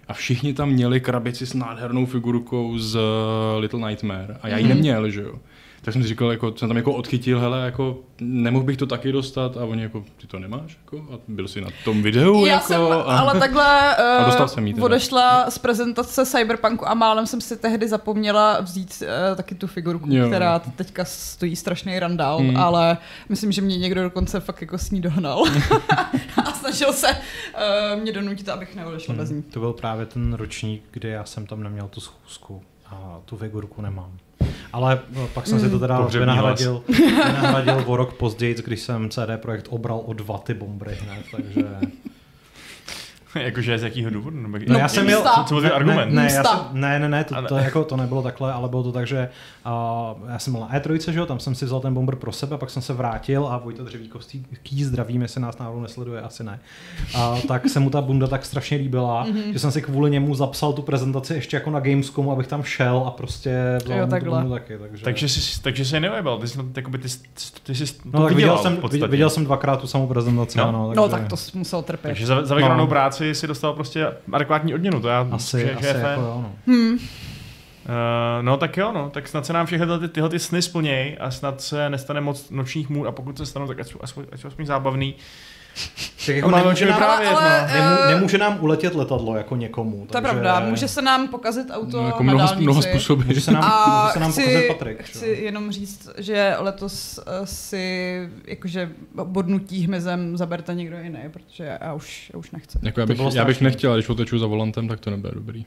a všichni tam měli krabici s nádhernou figurkou z Little Nightmare a já ji neměl, že jo. Tak jsem si říkal, jako, jsem tam jako odchytil, hele, jako, nemohl bych to taky dostat a oni jako, ty to nemáš, jako, a byl jsi na tom videu, Já jako, jsem, a ale takhle a dostal jsem jí teda. odešla z prezentace Cyberpunku a málem jsem si tehdy zapomněla vzít taky tu figurku, Jo. která teďka stojí strašný randál, ale myslím, že mě někdo dokonce fakt jako s ní dohnal a snažil se mě donutit, abych neodešla bez ní. To byl právě ten ročník, kdy já jsem tam neměl tu schůzku a tu figurku nemám. Ale pak jsem si to teda vynahradil o rok později, když jsem CD Projekt obral o 2 ty bomby hned, takže... Jakože z jakýho důvodu? No já jsem měl... Co byl ten argument? Ne, to nebylo takhle, ale bylo to tak, že já jsem byl na E3, že jo, tam jsem si vzal ten bomber pro sebe, pak jsem se vrátil a Vojta Dřevíkovský zdravím, jestli nás náhodou nesleduje, asi ne. Tak se mu ta bunda tak strašně líbila, že jsem si kvůli němu zapsal tu prezentaci ještě jako na Gamescomu, abych tam šel a prostě vzal mu tu bundu taky. Takže jsi neojebal, ty jsi no tak viděl jsem 2krát tu samou prezentaci, no. Ano. No tak to musel trpět. Takže za vykonanou práci si dostal prostě adekvátní odměnu, to já asi je fér. jako jo, no. No tak jo, no, tak snad se nám všechny tyhle ty sny splněj a snad se nestane moc nočních můr a pokud se stanou, tak ať jsou aspoň zábavný. Tak jako nemůže nám uletět letadlo jako někomu. To je pravda, může se nám pokazit auto jako na dálnici. Mnoho způsobů. Může se nám pokazit Patrik. Chci jenom říct, že letos si jakože bodnutí hmyzem zaberte někdo jiný, protože já už nechci. Jako já bych nechtěl, když oteču za volantem, tak to nebude dobrý.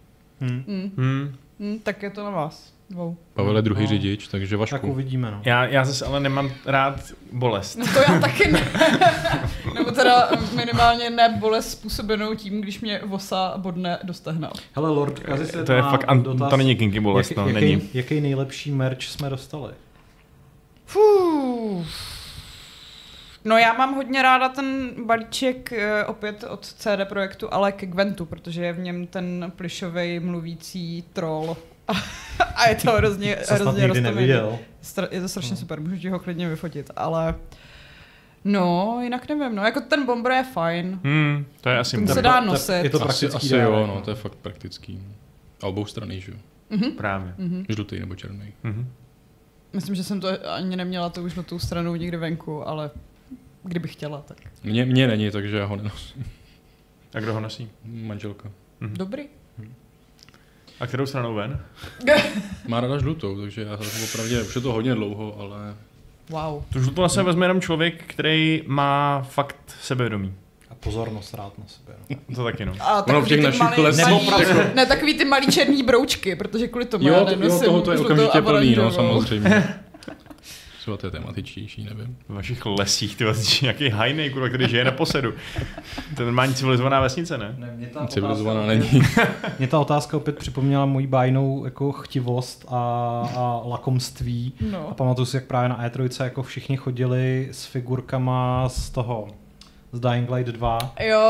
Tak je to na vás. Pavel je druhý řidič, takže Vašku. Tak uvidíme, no. Já zase ale nemám rád bolest. No to já taky ne. Nebo teda minimálně ne bolest způsobenou tím, když mě vosa bodne do stehna. Hele, Lord Kazi se to je fakt, to není kinky bolest, není. Jaký nejlepší merch jsme dostali? No já mám hodně ráda ten balíček opět od CD Projektu, ale ke Gwentu, protože je v něm ten plyšovej mluvící troll. A je to hrozně roztomilý. Je to strašně super, můžu ti ho klidně vyfotit, ale no, jinak nevím, no, jako ten bomber je fajn. To je asi ten se dá nosit. Je to praktický asi jo, no, to je fakt praktický. A obou strany, že jo? Právě. Žlutý nebo černý. Myslím, že jsem to ani neměla tu žlutou stranu někde venku, ale kdybych chtěla, tak. Mně není, takže já ho nenosím. A kdo ho nosí? Manželka. Dobrý. A kterou stranou ven? Má ráda žlutou, takže já opravdu, už je to hodně dlouho, ale... Wow. Tu žlutou na sebe vezme jenom člověk, který má fakt sebevědomí. A pozornost rád na sebe. No. To taky no. A ono v těch našich lesích... Ne, takový ty malý černý broučky, protože kvůli tomu já nenosím to je okamžitě plný, no, samozřejmě. Třeba to je tematičtější, nevím. V vašich lesích, ty nějaký hajnej, kurva, který žije na posedu. To je normální civilizovaná vesnice, ne? Civilizovaná není. Mě ta otázka opět připomněla moji bájnou jako chtivost a lakomství. No. A pamatuju si, jak právě na E3 jako všichni chodili s figurkama z toho z Dying Light 2. Jo.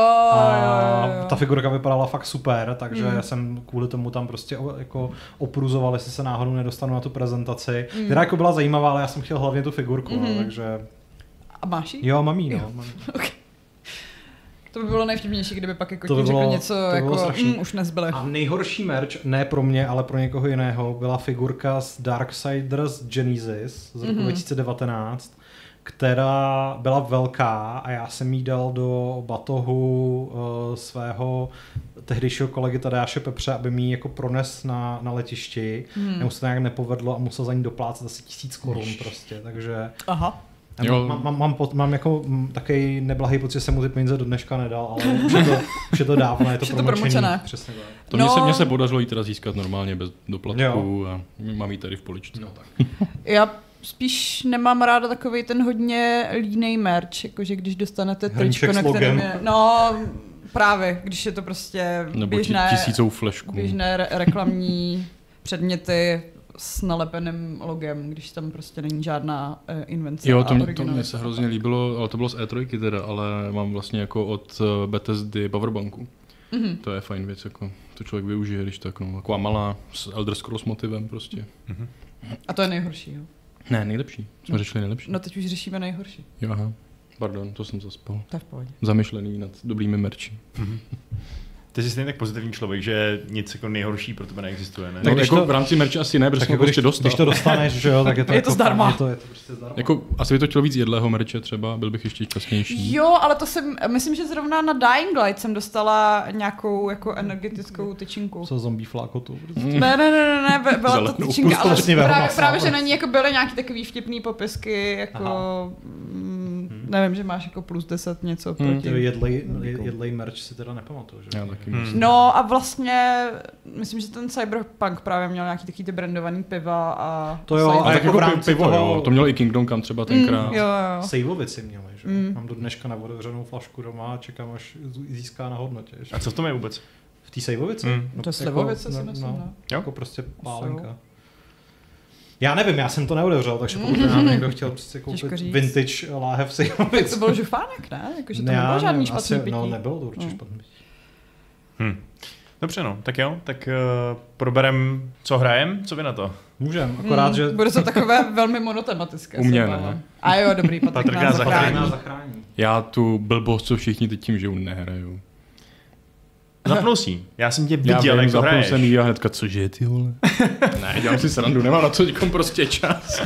Ta figurka vypadala fakt super, takže jsem kvůli tomu tam prostě jako opruzoval, jestli se náhodou nedostanu na tu prezentaci, která jako byla zajímavá, ale já jsem chtěl hlavně tu figurku, no, takže... A máš ji? Jo, mám ji, no. Okay. To by bylo nejvtipnější, kdyby pak jako ti řekl něco jako už nezbyly. A nejhorší merch, ne pro mě, ale pro někoho jiného, byla figurka z Darksiders Genesis z roku 2019, která byla velká a já jsem jí dal do batohu svého tehdejšího kolegy Tadeáše Pepře, aby mi ji jako prones na letišti. Jemu se to nějak nepovedlo a musel za ní doplácet asi 1000 korun prostě, takže... Aha. Mám jako takový neblahý pocit, že jsem mu ty peníze do dneška nedal, ale už je to dávno, je to promlčené. Přesně tak. To mně se podařilo jí teda získat normálně bez doplatku a mám ji tady v poličce. No, tak. Já spíš nemám ráda takový ten hodně línej merch, jakože když dostanete tričko, na kterém je... No, právě, když je to prostě běžné... Tisícou flešku. Běžné reklamní předměty s nalepeným logem, když tam prostě není žádná invence. Jo, to mě se hrozně líbilo, ale to bylo z E3 teda, ale mám vlastně jako od Bethesdy powerbanku. To je fajn věc, jako to člověk využije, když tak, no, taková malá s Elder Scrolls motivem prostě. A to je nejhorší, jo? Ne, nejlepší. Jsme řešili nejlepší. No teď už řešíme nejhorší. Jo, aha. Pardon, to jsem zaspal. To je v pohodě. Zamyšlený nad dobrými merči. Ty jsi stejně tak pozitivní člověk, že nic jako nejhorší pro tebe neexistuje, ne? No, když jako to- v rámci merče asi ne, protože jsme prostě dostat. Když to dostaneš, že jo, tak je to, Je to zdarma. Je to prostě zdarma. Jako, asi by to chtělo víc jedlého merče třeba, byl bych ještě šťastnější. Jo, ale to myslím, že zrovna na Dying Light jsem dostala nějakou jako energetickou tyčinku. Co zombie flákotu. Ne, byla to Zaletnou tyčinka, ale pustostivého právě, masa, právě, že ale- na ní jako byly nějaký takový vtipný popisky, jako nevím, že máš jako plus 10 něco proti. Jedlej merch si teda nepamatuju, že? Já taky. No a vlastně, myslím, že ten Cyberpunk právě měl nějaký takový ty brandovaný piva a... To jo, Cyber- a A tak jako jako v rámci pivo, toho- jo. To měl i Kingdom Come třeba tenkrát. Jo. Sejvovici měli, že? Mám do dneška na otevřenou flašku doma a čekám, až získá na hodnotě. Ještě. A co v tom je vůbec? V té sejvovici? To je slivovice, si myslím, ne? Jako prostě pálenka. Já nevím, já jsem to neotevřel, takže pokud nám někdo chtěl prostě Těžko koupit říct. vintage láhev Tak sejvovic. to byl žufánek, ne? Jakože to Ne, já nebylo žádný nevím, špatný pití. No, nebylo to určitě špatný pití. Dobře no, tak jo, tak proberem, co hrajem, co vy na to? Můžem, akorát, že Bude to takové velmi monotematické. U mě se ne. bavím. A jo, dobrý, Patrik Patrik nás nás zachrání. zachrání. Já tu blbost, co všichni teď tím žijou, nehraju. Zapnul si. Já jsem tě Já viděl, jak to zapnul hraješ. jsem jí a hnedka, cože ty vole? Ne, dělám si srandu, nemám na to teďkom prostě čas.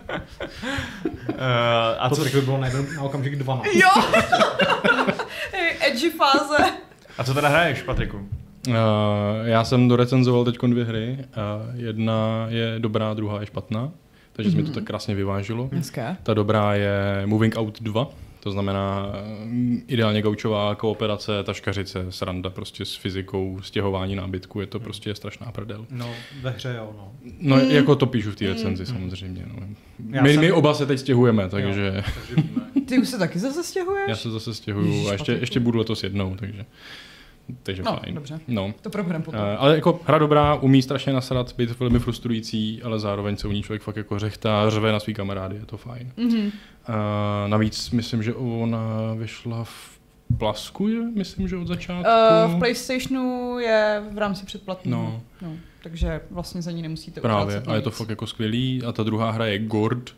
A To co, tak by bylo na okamžik 12. Jo! Edgy fáze. a co teda hraješ, Patriku? Já jsem dorecenzoval teď 2 hry. Jedna je dobrá, druhá je špatná. Takže se mi to tak krásně vyvážilo. Hezké. Ta dobrá je Moving Out 2. To znamená ideálně gaučová kooperace, taškařice, sranda prostě s fyzikou, stěhování nábytku, je to prostě strašná prdel. No, ve hře jo, no. No jako to píšu v té recenzi samozřejmě. No. Já My jsem- oba se teď stěhujeme, takže Takže víme. Ty už se taky zase stěhuješ? já se zase stěhuju Ježiš, a Patriku. ještě budu letos jednou, takže No, fajn. dobře. No. To probereme potom. Ale jako hra dobrá, umí strašně nasrat, být velmi frustrující, ale zároveň se u ní člověk fakt jako řechtá, řve na svý kamarády, je to fajn. Navíc myslím, že ona vyšla v Plasku, myslím, že od začátku. V PlayStationu je v rámci předplatného. No. Takže vlastně za ní nemusíte Právě, utrácet a je to nic. fakt jako skvělý. A ta druhá hra je Gord,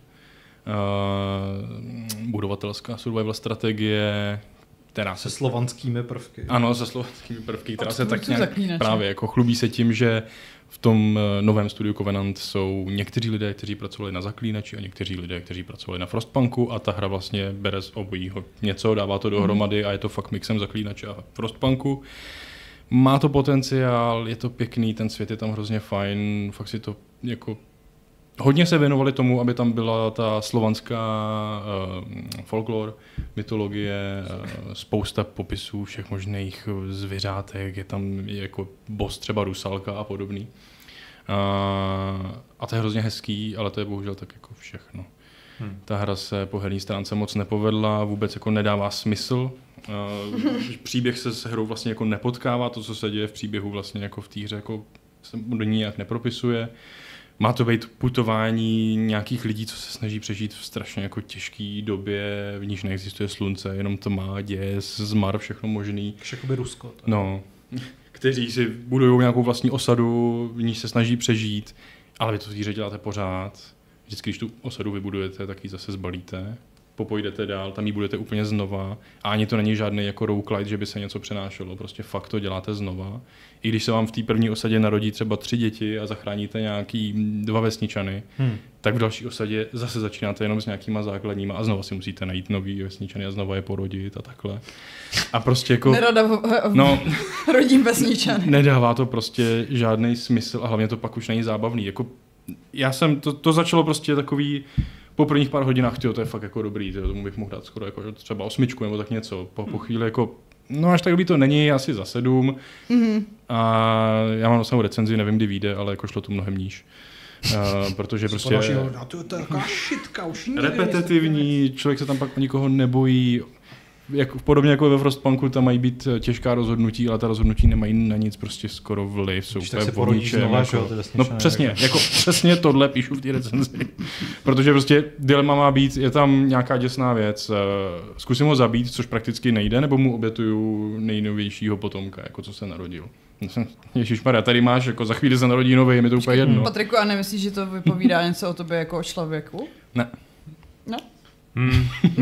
budovatelská survival strategie, která Se se slovanskými prvky. ano, se slovanskými prvky, která se tak Tvůrců nějak Zaklínače. právě jako chlubí se tím, že v tom novém studiu Covenant jsou někteří lidé, kteří pracovali na Zaklínači a někteří lidé, kteří pracovali na Frostpunku a ta hra vlastně bere z obojího něco, dává to dohromady a je to fakt mixem Zaklínače a Frostpunku. Má to potenciál, je to pěkný, ten svět je tam hrozně fajn, fakt si to jako hodně se věnovali tomu, aby tam byla ta slovanská folklore, mytologie, spousta popisů všech možných zvěřátek, je tam jako boss třeba rusalka a podobný. A to je hrozně hezký, ale to je bohužel tak jako všechno. Ta hra se po herní stránce moc nepovedla, vůbec jako nedává smysl. Příběh se s hrou vlastně jako nepotkává, to, co se děje v příběhu vlastně jako v té hře, jako se do ní nějak nepropisuje. Má to být putování nějakých lidí, co se snaží přežít v strašně jako těžké době, v níž neexistuje slunce, jenom tma, děs, zmar, všechno možný. Jakoby Rusko. Tak. No, kteří si budují nějakou vlastní osadu, v níž se snaží přežít, ale vy to v té hře děláte pořád. Vždycky, když tu osadu vybudujete, tak ji zase zbalíte, popojdete dál, tam ji budete úplně znova a ani to není žádný jako roguelite, že by se něco přenášelo, prostě fakt to děláte znova. I když se vám v té první osadě narodí třeba 3 děti a zachráníte nějaký 2 vesničany, tak v další osadě zase začínáte jenom s nějakýma základníma a znova si musíte najít nový vesničany a znova je porodit a takhle. A prostě jako... No, rodím vesničany. nedává to prostě žádný smysl a hlavně to pak už není zábavný. Jako, já jsem, to začalo prostě takový, po prvních pár hodinách, tyjo, to je fakt jako dobrý, tyjo, tomu bych mohl dát skoro jako třeba 8 nebo tak něco. Po chvíli jako, no až tak dobrý to není, asi za 7. A já mám samou recenzi, nevím, kdy vyjde, ale jako šlo to mnohem níž. Protože prostě To je taková šitka, už nikdy repetitivní, člověk se tam pak nikoho nebojí. Podobně jako ve Frostpunku, tam mají být těžká rozhodnutí, ale ta rozhodnutí nemají na nic prostě skoro vliv. Jsou tak se porodí znova, že jo, ty vesničany, no přesně, jako přesně tohle píšu v té recenzi. Protože prostě dilema má být, je tam nějaká děsná věc, zkusím ho zabít, což prakticky nejde, nebo mu obětuju nejnovějšího potomka, jako co se narodil. Ježišmarja, tady máš, jako za chvíli se narodí nový, je mi to úplně jedno. Patriku, a nemyslíš, že to vypovídá něco o tobě jako o člověku? Ne. No.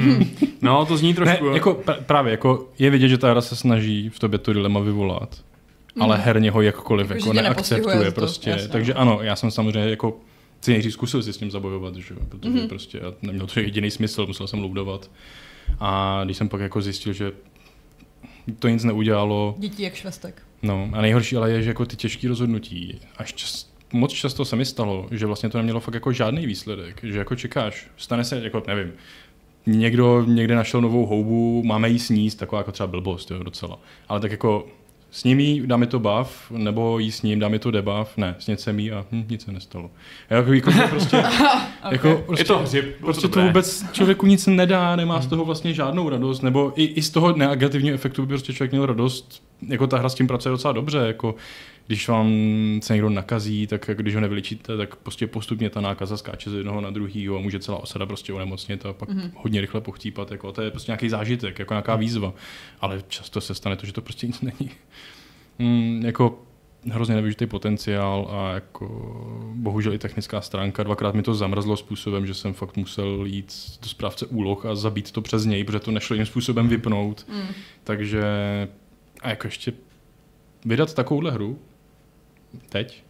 No, to zní trošku. Ne, jako právě, jako je vidět, že ta hra se snaží v tobě to dilema vyvolat. ale herně ho jakkoliv Jako, jako že tě neakceptuje nepostihuje to, prostě. jasně. Takže ano, já jsem samozřejmě jako si nejdřív zkusil si s tím zabojovat, že? Protože prostě neměl to jediný smysl, musel jsem loadovat. A když jsem pak jako zjistil, že to nic neudělalo. Děti jak švestek. No a nejhorší ale je, že jako ty těžké rozhodnutí, moc často se mi stalo, že vlastně to nemělo fakt jako žádný výsledek, že jako čekáš, stane se, jako nevím, někdo někde našel novou houbu, máme jí sníst, taková jako třeba blbost, jo, docela. Ale tak jako s ním jí dá mi to buff, nebo jí s ním dá mi to debuff, ne, snědl jsem jí a nic se nestalo. Jako prostě, Okay. jako prostě, Je to hřib, prostě to vůbec člověku nic nedá, nemá z toho vlastně žádnou radost, nebo i z toho negativního efektu by prostě člověk měl radost, jako ta hra s tím pracuje docela dobře, jako když vám se někdo nakazí, tak jako když ho nevylečíte, tak prostě postupně ta nákaza skáče z jednoho na druhýho a může celá osada prostě onemocnit a pak hodně rychle pochtípat, jako to je prostě nějaký zážitek, jako nějaká výzva, ale často se stane to, že to prostě nic není. Jako hrozně nevyužitý potenciál a jako bohužel i technická stránka. Dvakrát mi to zamrzlo způsobem, že jsem fakt musel jít do správce úloh a zabít to přes něj, protože to nešlo jiným způsobem vypnout. Takže a jako ještě vydat takovouhle hru teď,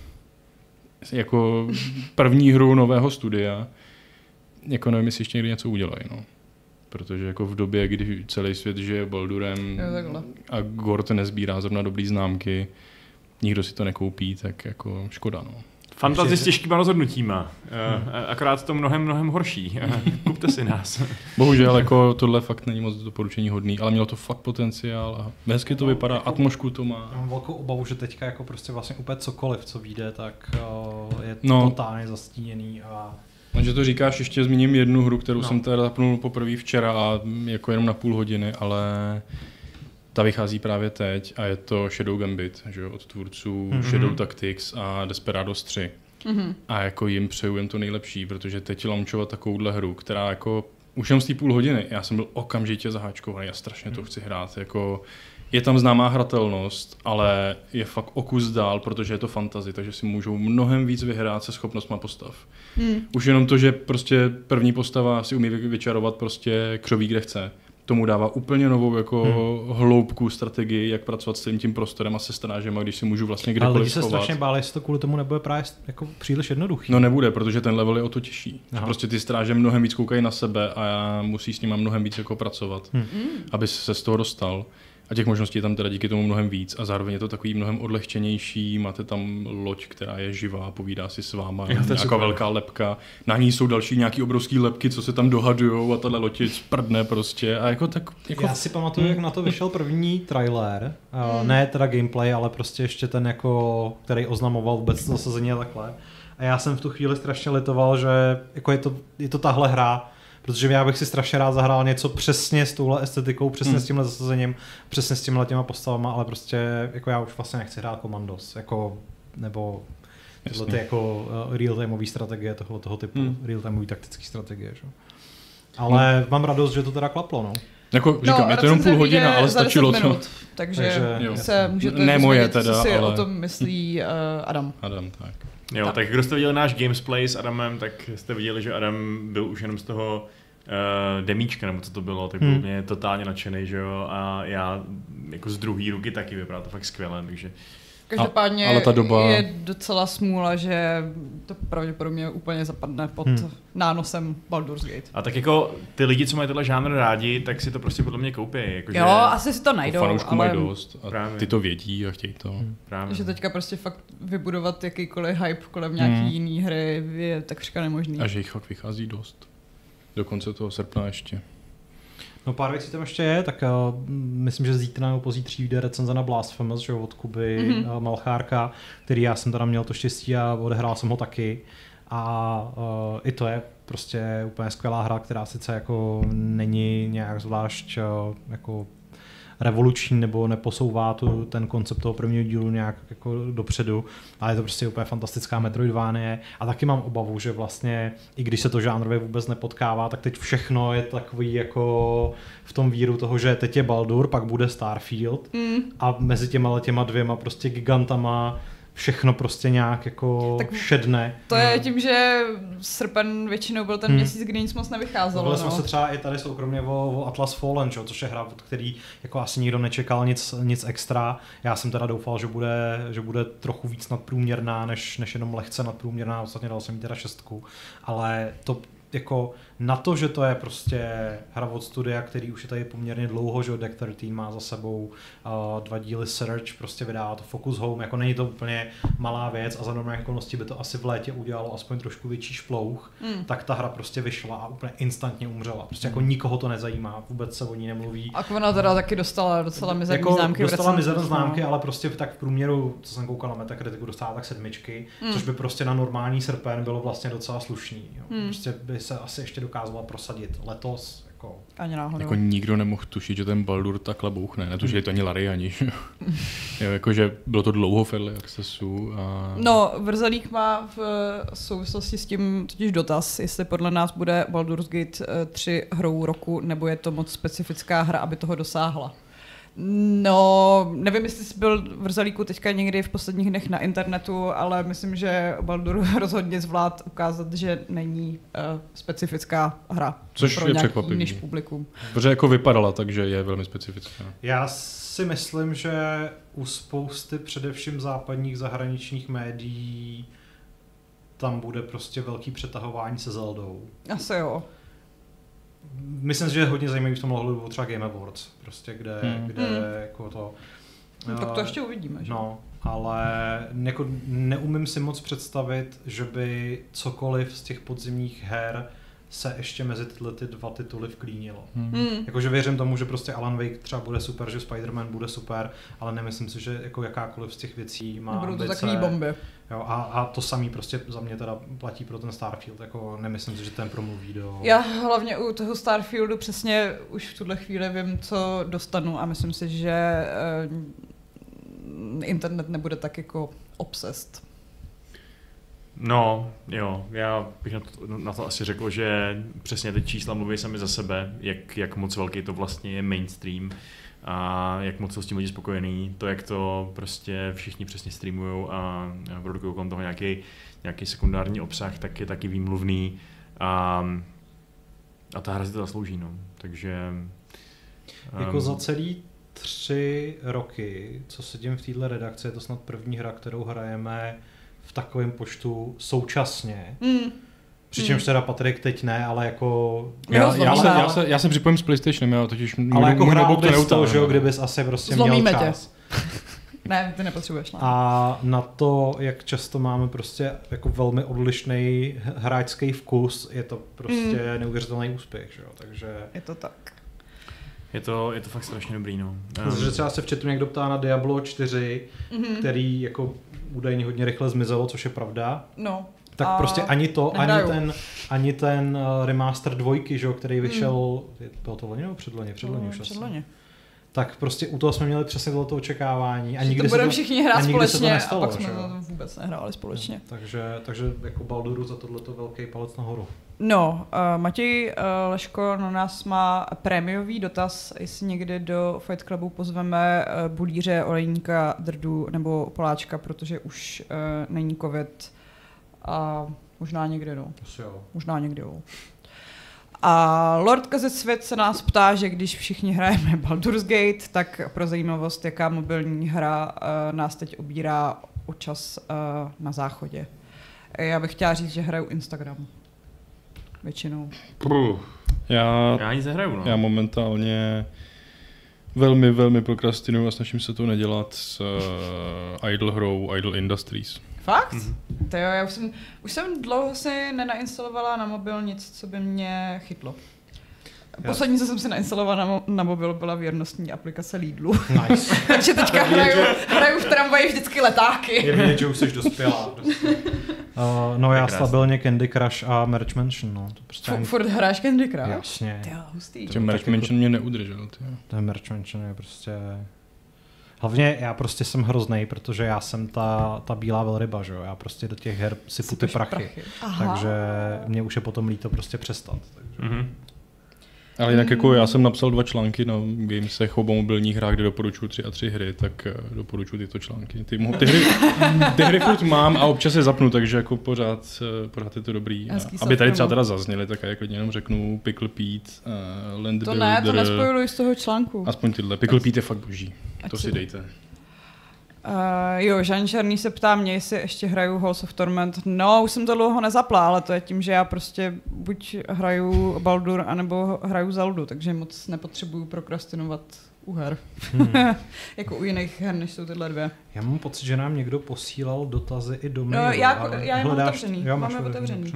jako první hru nového studia, jako nevím, jestli ještě někdy něco udělají, no. Protože jako v době, kdy celý svět žije Baldurem a Gord nezbírá zrovna dobrý známky, nikdo si to nekoupí, tak jako škoda, no. Fantazie s těžkýma rozhodnutíma. Akorát to mnohem horší. Kupte si nás. Bohužel jako tohle fakt není moc doporučení hodný, ale mělo to fakt potenciál a hezky to vypadá, atmošku to má. Mám velkou obavu, že teďka jako prostě vlastně úplně cokoliv, co vyjde, tak je totálně zastíněný a Takže to říkáš, ještě zmíním jednu hru, kterou jsem teda zapnul poprvé včera a jako jenom na půl hodiny, ale ta vychází právě teď a je to Shadow Gambit, že jo, od tvůrců Shadow Tactics a Desperados 3. A jako jim přeju jen to nejlepší, protože teď launchovat takovouhle hru, která jako už jenom z té půl hodiny, já jsem byl okamžitě zaháčkovaný, já strašně to chci hrát, jako je tam známá hratelnost, ale je fakt o kus dál, protože je to fantasy, takže si můžou mnohem víc vyhrát se schopnostma postav. Už jenom to, že prostě první postava si umí vyčarovat prostě křoví, kde chce. Tomu dává úplně novou jako hloubku strategii, jak pracovat s celým tím prostorem a se strážema, když si můžu vlastně kdekoliv ale lidi se schovat. strašně báli, jestli to kvůli tomu nebude právě jako příliš jednoduchý. No nebude, protože ten level je o to těžší. Prostě ty stráže mnohem víc koukají na sebe a musí s nima mnohem víc jako pracovat, aby se z toho dostal. A těch možností je tam teda díky tomu mnohem víc a zároveň je to takový mnohem odlehčenější, máte tam loď, která je živá, povídá si s váma, nějaká velká lebka, na ní jsou další nějaký obrovský lebky, co se tam dohadujou a tahle loď je sprdne prostě a jako tak... Jako... Já si pamatuju, jak na to vyšel první trailer, ne teda gameplay, ale prostě ještě ten jako, který oznamoval vůbec zasazení a takhle. A já jsem v tu chvíli strašně litoval, že jako je to tahle hra, protože já bych si strašně rád zahrál něco přesně s touhle estetikou, přesně s tímhle zasazením, přesně s těma postavama, ale prostě jako já už vlastně nechci hrát Commandos, jako, nebo tyhle ty jako real-timeové strategie tohoto typu, real-timeové taktické strategie, že? Ale mám radost, že to teda klaplo, no. Jako říkám, je to jenom půl hodina, ale stačilo to. Minut, takže se můžete dozvědět, teda, co si ale... o tom myslí Adam. Adam, tak. Jo, tak kdo jste viděli náš Gamesplay s Adamem, tak jste viděli, že Adam byl už jenom z toho demíčka, nebo co to bylo, tak byl mě totálně nadšený, že jo, a já jako z druhé ruky taky vypadá to fakt skvěle, takže... Každopádně ale ta doba... je docela smůla, že to pravděpodobně úplně zapadne pod nánosem Baldur's Gate. A tak jako ty lidi, co mají tenhle žánr rádi, tak si to prostě podle mě koupí. Jakože... Jo, asi si to najdou, fanoušků ale... mají dost a ty to vědí a chtějí to. Právě. Že teďka prostě fakt vybudovat jakýkoliv hype kolem nějaký jiný hry je takřka nemožný. A že jich fakt vychází dost. Do konce toho srpna ještě. No pár věcí tam ještě je, tak myslím, že zítra nebo pozítří jde recenze na Blasphemous, že od Kuby Malchárka, který já jsem teda měl to štěstí a odehrál jsem ho taky. A i to je prostě úplně skvělá hra, která sice jako není nějak zvlášť jako revoluční nebo neposouvá ten koncept toho prvního dílu nějak jako dopředu, ale je to prostě úplně fantastická Metroidvanie a taky mám obavu, že vlastně i když se to žánrově vůbec nepotkává, tak teď všechno je takový jako v tom víru toho, že teď je Baldur, pak bude Starfield a mezi těma dvěma prostě gigantama všechno prostě nějak jako Tak šedne. To je tím, že srpen většinou byl ten měsíc, kdy nic moc nevycházelo. Mluvili jsme se třeba i tady soukromně o Atlas Fallen, což je hra, od který jako asi nikdo nečekal nic extra. Já jsem teda doufal, že bude trochu víc nadprůměrná, než jenom lehce nadprůměrná, ostatně dal jsem jí teda 6, ale to jako na to, že to je prostě hra od studia, který už je tady poměrně dlouho, že Deck 13 má za sebou 2 díly Search, prostě vydává to Focus Home, jako není to úplně malá věc a za normální okolností by to asi v létě udělalo aspoň trošku větší šplouch, tak ta hra prostě vyšla a úplně instantně umřela. Prostě jako nikoho to nezajímá, vůbec se o ní nemluví. A ona teda taky dostala docela mizerný jako známky. Dostala mizerné známky, ale prostě tak v průměru, co jsem koukal na Metacriticu, dostala tak 7, což by prostě na normální srpen bylo vlastně docela slušný. Jo. Prostě by se asi ještě dokázala prosadit letos. Jako. Ani náhodou. Jako nikdo nemohl tušit, že ten Baldur takhle bouchne. Netušili to ani Lariani. Jo, jakože bylo to dlouho v early accessu. A... No, Vrzelík má v souvislosti s tím totiž dotaz, jestli podle nás bude Baldur's Gate 3 hrou roku, nebo je to moc specifická hra, aby toho dosáhla. No, nevím, jestli jsi byl v Vrzelíku teďka někdy v posledních dnech na internetu, ale myslím, že Baldur rozhodně zvlád ukázat, že není specifická hra. Což pro je nějaký překvapivý. niž publikum. Protože jako vypadala, takže je velmi specifická. Já si myslím, že u spousty především západních zahraničních médií tam bude prostě velký přetahování se Zeldou. Asi jo. Myslím si, že je hodně zajímavý v tom ohledu třeba Game Awards, prostě kde jako to... No, tak to ještě uvidíme. Že? No, ale jako neumím si moc představit, že by cokoliv z těch podzimních her se ještě mezi tyhle ty 2 tituly vklínilo. Jakože věřím tomu, že prostě Alan Wake třeba bude super, že Spider-Man bude super, ale nemyslím si, že jako jakákoliv z těch věcí má budou to ambice. takový bomby. Jo, a to samý prostě za mě teda platí pro ten Starfield, jako nemyslím si, že ten promluví do... Já hlavně u toho Starfieldu přesně už v tuhle chvíli vím, co dostanu a myslím si, že internet nebude tak jako obsessed. No, jo, já bych na to asi řekl, že přesně ty čísla mluví sami za sebe, jak moc velký to vlastně je mainstream a jak moc jsou s tím lidi spokojený, to, jak to prostě všichni přesně streamujou a produkují kolem toho nějaký sekundární obsah, tak je taky výmluvný a ta hra si to zaslouží, no, takže... Jako za celý 3 roky, co sedím v této redakci, je to snad první hra, kterou hrajeme v takovém počtu současně. Přičemž teda Patrik teď ne, ale jako... Já se připojím s PlayStationem, já totiž... Ale jako hrál bys to, neutáhne, že jo, kdybys asi prostě Zlomíme měl čas. Ne, ty nepotřebuješ. Ne. A na to, jak často máme prostě jako velmi odlišný hráčský vkus, je to prostě neuvěřitelný úspěch, že jo, takže... Je to tak. Je to fakt strašně dobrý, no. Protože třeba se v chatu někdo ptá na Diablo 4, který jako údajně hodně rychle zmizelo, což je pravda. No. Tak prostě ani to, ani ten remaster 2, že jo, který vyšel, bylo to loni nebo předloni? Předloni. Tak prostě u toho jsme měli přesně tohleto očekávání. A nikdy to budeme všichni hrát společně nestalo, a pak jsme to vůbec nehráli společně. No, takže jako Balduru za tohleto velký palec nahoru. No, Matěj Leško na nás má prémiový dotaz, jestli někdy do Fight Clubu pozveme Bulíře, Olejníka, Drdu nebo Poláčka, protože už není covid a možná někdy, no. Asi jo. Možná někdy, jo. A Lord Kazetsvět se nás ptá, že když všichni hrajeme Baldur's Gate, tak pro zajímavost, jaká mobilní hra nás teď obírá o čas na záchodě. Já bych chtěla říct, že hraju Instagram. Většinou. Já nic nehraju, no. Já momentálně velmi, velmi prokrastinuju a snažím se to nedělat s idle hrou Idle Industries. Fakt? To jo, já už jsem dlouho si nenainstalovala na mobil nic, co by mě chytlo. Poslední, co jsem si nainstalovala na mobil, byla věrnostní aplikace Lidlu. Nice. Takže teďka hraju v tramvaji vždycky letáky. Je vidět, že už jsi dospělá. No já stabilně Candy Crush a Merch Mansion, no. To prostě Furt hráš Candy Crush? Jasně. Tyjo, hustý. Ten Merch Mansion mě neudržel, tyjo. Ten Merch Mansion je prostě... Hlavně já prostě jsem hroznej, protože já jsem ta bílá velryba, že jo? Já prostě do těch her sypu ty prachy. Takže mě už je potom líto prostě přestat. Takže. Ale jinak jako já jsem napsal 2 články na Gamesech o mobilních hrách, kde doporučuji 3 a 3 hry, tak doporučuji tyto články. Ty hry furt mám a občas je zapnu, takže jako pořád je to dobrý. Aby tady třeba teda zazněly, tak já klidně jenom řeknu Pickle Pete, Land Builder. To nespojuji z toho článku. Aspoň tyhle. Pickle Pete je fakt boží. To si dejte. Žán Černý se ptá mě, jestli ještě hraju Halls of Torment. No, už jsem to dlouho nezapla, ale to je tím, že já prostě buď hraju Baldur, anebo hraju Zeldu, takže moc nepotřebuju prokrastinovat u her. Jako u jiných her, než jsou tyhle 2. Já mám pocit, že nám někdo posílal dotazy i do mailu. Já je mám otevřený. Máme otevřený.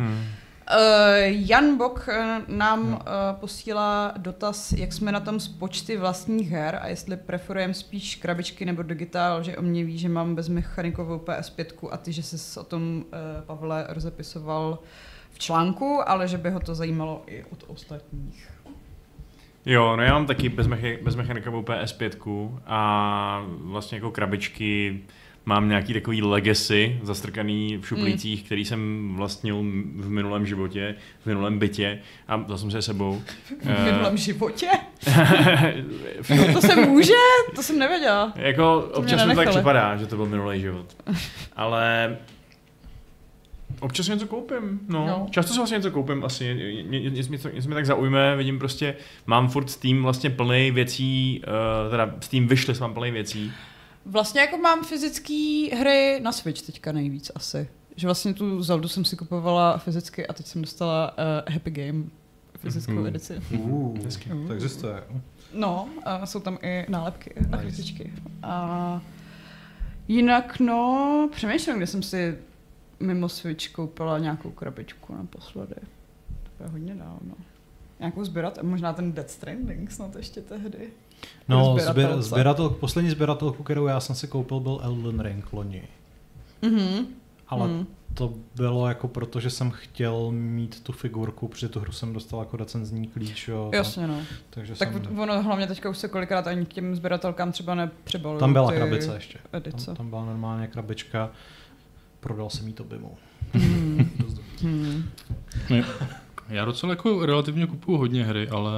Jan Bok nám posílá dotaz, jak jsme na tom s počty vlastních her a jestli preferujeme spíš krabičky nebo digitál, že o mě ví, že mám bezmechanikovou PS5 a ty, že jsi o tom, Pavle, rozepisoval v článku, ale že by ho to zajímalo i od ostatních. Jo, no já mám taky bezmechanikovou PS5 a vlastně jako krabičky mám nějaký takový legacy zastrkaný v šuplících, který jsem vlastnil v minulém životě, v minulém bytě a vzal jsem se sebou. V minulém životě? To se může? To jsem nevěděla. Jako občas mi tak připadá, že to byl minulý život. Ale občas něco koupím, no. Často si vlastně něco koupím asi, něco mě tak zaujme, vidím prostě, mám furt Steam vlastně plný věcí, teda Steam wishlist mám plný věcí. Vlastně jako mám fyzické hry na Switch teďka nejvíc asi. Že vlastně tu Zeldu jsem si kupovala fyzicky a teď jsem dostala Happy Game fyzickou edici. To existuje. No, a jsou tam i nálepky a kritičky. A jinak přemýšlím, kde jsem si mimo Switch koupila nějakou krabičku naposledy. To je hodně dávno. Nějakou možná ten Death Stranding snad ještě tehdy. No, poslední sběratelku, kterou já jsem si koupil, byl Elden Ring loni. Ale to bylo jako proto, že jsem chtěl mít tu figurku, protože tu hru jsem dostal jako recenzní klíč. Jo, jasně, no. Takže tak ono hlavně teďka už se kolikrát ani k těm sběratelkám třeba nepřibalují. Tam byla krabice ještě. Edice. Tam byla normálně krabička. Prodal jsem jí to Bimu. Já docela jako relativně kupuju hodně hry, ale...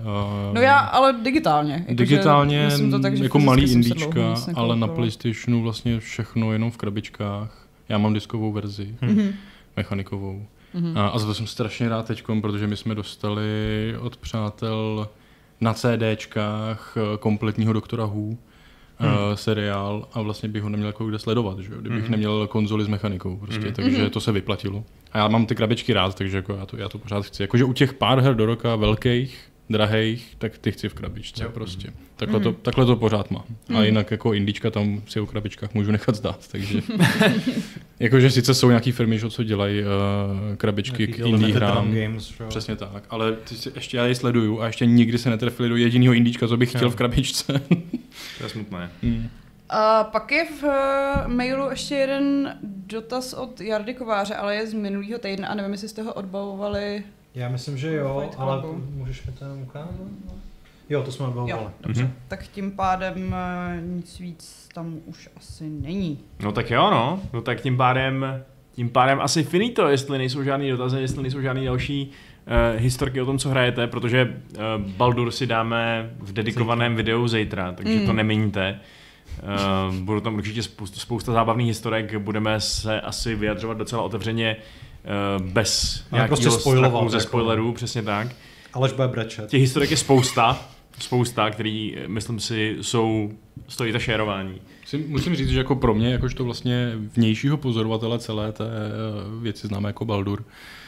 ale digitálně. Digitálně to tak, jako malý indíčka, ale na PlayStationu vlastně všechno jenom v krabičkách. Já mám diskovou verzi, mechanikovou. A za to jsem strašně rád teďkom, protože my jsme dostali od přátel na CDčkách kompletního Doktora Who seriál a vlastně bych ho neměl jako kde sledovat, že? Kdybych neměl konzoli s mechanikou prostě, takže to se vyplatilo. A já mám ty krabičky rád, takže jako já to pořád chci. Jakože u těch pár her do roka velkých, drahejch, tak ty chci v krabičce prostě. Takhle to pořád mám. A jinak jako indíčka tam si o krabičkách můžu nechat zdát, takže jakože sice jsou nějaký firmy, co dělají krabičky k indie hrám. Přesně tak, ale ještě já je sleduju a ještě nikdy se netrefili do jediného indíčka, co bych chtěl v krabičce. To je smutné. A pak je v mailu ještě jeden dotaz od Jardy Kováře, ale je z minulého týdne a nevím, jestli jste ho odbavovali. Já myslím, že jo, ale můžeš mi to jenom ukázat? Jo, to jsme odbavovali. Dobře. Tak tím pádem nic víc tam už asi není. No tak jo, no tak tím pádem asi finito, jestli nejsou žádný dotazy, jestli nejsou žádný další historky o tom, co hrajete, protože Baldur si dáme v dedikovaném videu zítra, takže to neměníte. Budou tam určitě spousta zábavných historek, budeme se asi vyjadřovat docela otevřeně bez nějakého prostě strachu ze spoilerů, přesně tak. Alež bude brečet. Těch historek je spousta, který, myslím si, stojí za šerování. Musím říct, že jako pro mě, jakožto vlastně vnějšího pozorovatele celé té věci známé jako Baldur,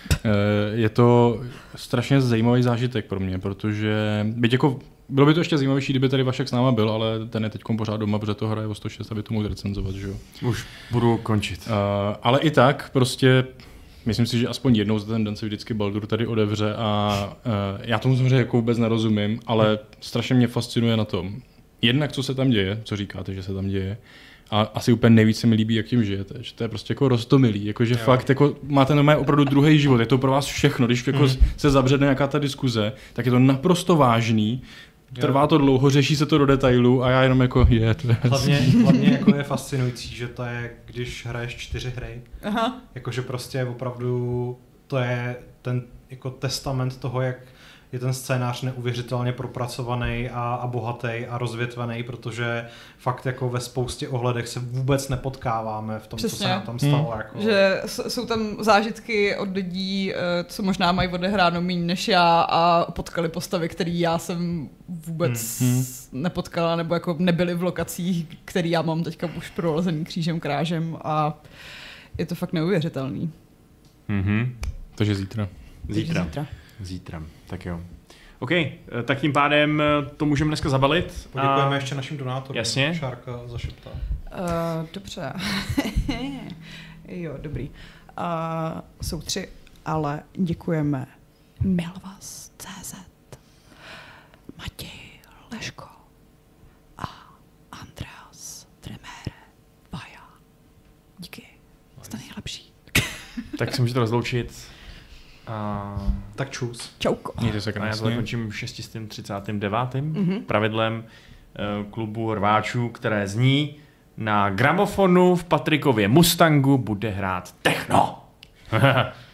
je to strašně zajímavý zážitek pro mě, protože byť jako bylo by to ještě zajímavější, kdyby tady Vašek s náma byl, ale ten je teď pořád doma, protože to hraje o 106, aby to mohl recenzovat, že jo. Už budu končit. Ale i tak prostě myslím si, že aspoň jednou za ten den se vždycky Baldur tady odevře a já tomu samozřejmě jako vůbec nerozumím, ale strašně mě fascinuje na tom. Jednak, co se tam děje, co říkáte, že se tam děje, a asi úplně nejvíc se mi líbí, jak tím žijete. Že to je prostě jako roztomilý, jakože fakt jako máte normálně opravdu druhý život, je to pro vás všechno, když jako se zavře nějaká ta diskuze, tak je to naprosto vážný, trvá to dlouho, řeší se to do detailu a já jenom jako Hlavně jako je fascinující, že to je, když hraješ 4 hry, jakože prostě opravdu to je ten jako testament toho, jak je ten scénář neuvěřitelně propracovaný a bohatý a rozvětvený, protože fakt jako ve spoustě ohledech se vůbec nepotkáváme v tom, Přesně. co se nám tam stalo. Jako. Že jsou tam zážitky od lidí, co možná mají odehráno méně než já a potkali postavy, které já jsem vůbec nepotkala, nebo jako nebyly v lokacích, které já mám teďka už prolazený křížem krážem a je to fakt neuvěřitelný. Takže zítra. Zítra, tak jo. OK, tak tím pádem to můžeme dneska zabalit. Poděkujeme ještě našim donátorům. Jasně. Šárka zašeptá. Dobře. Jo, dobrý. Jsou 3, ale děkujeme Milvas.cz, Matěj Leško a Andreas Tremere Vaja. Díky, jste nejlepší. Tak se můžete rozloučit. Tak čus. Čauko. Mějte se A já to krásně. zakončím 639. pravidlem klubu rváčů, které zní: na gramofonu v Patrikově Mustangu bude hrát techno.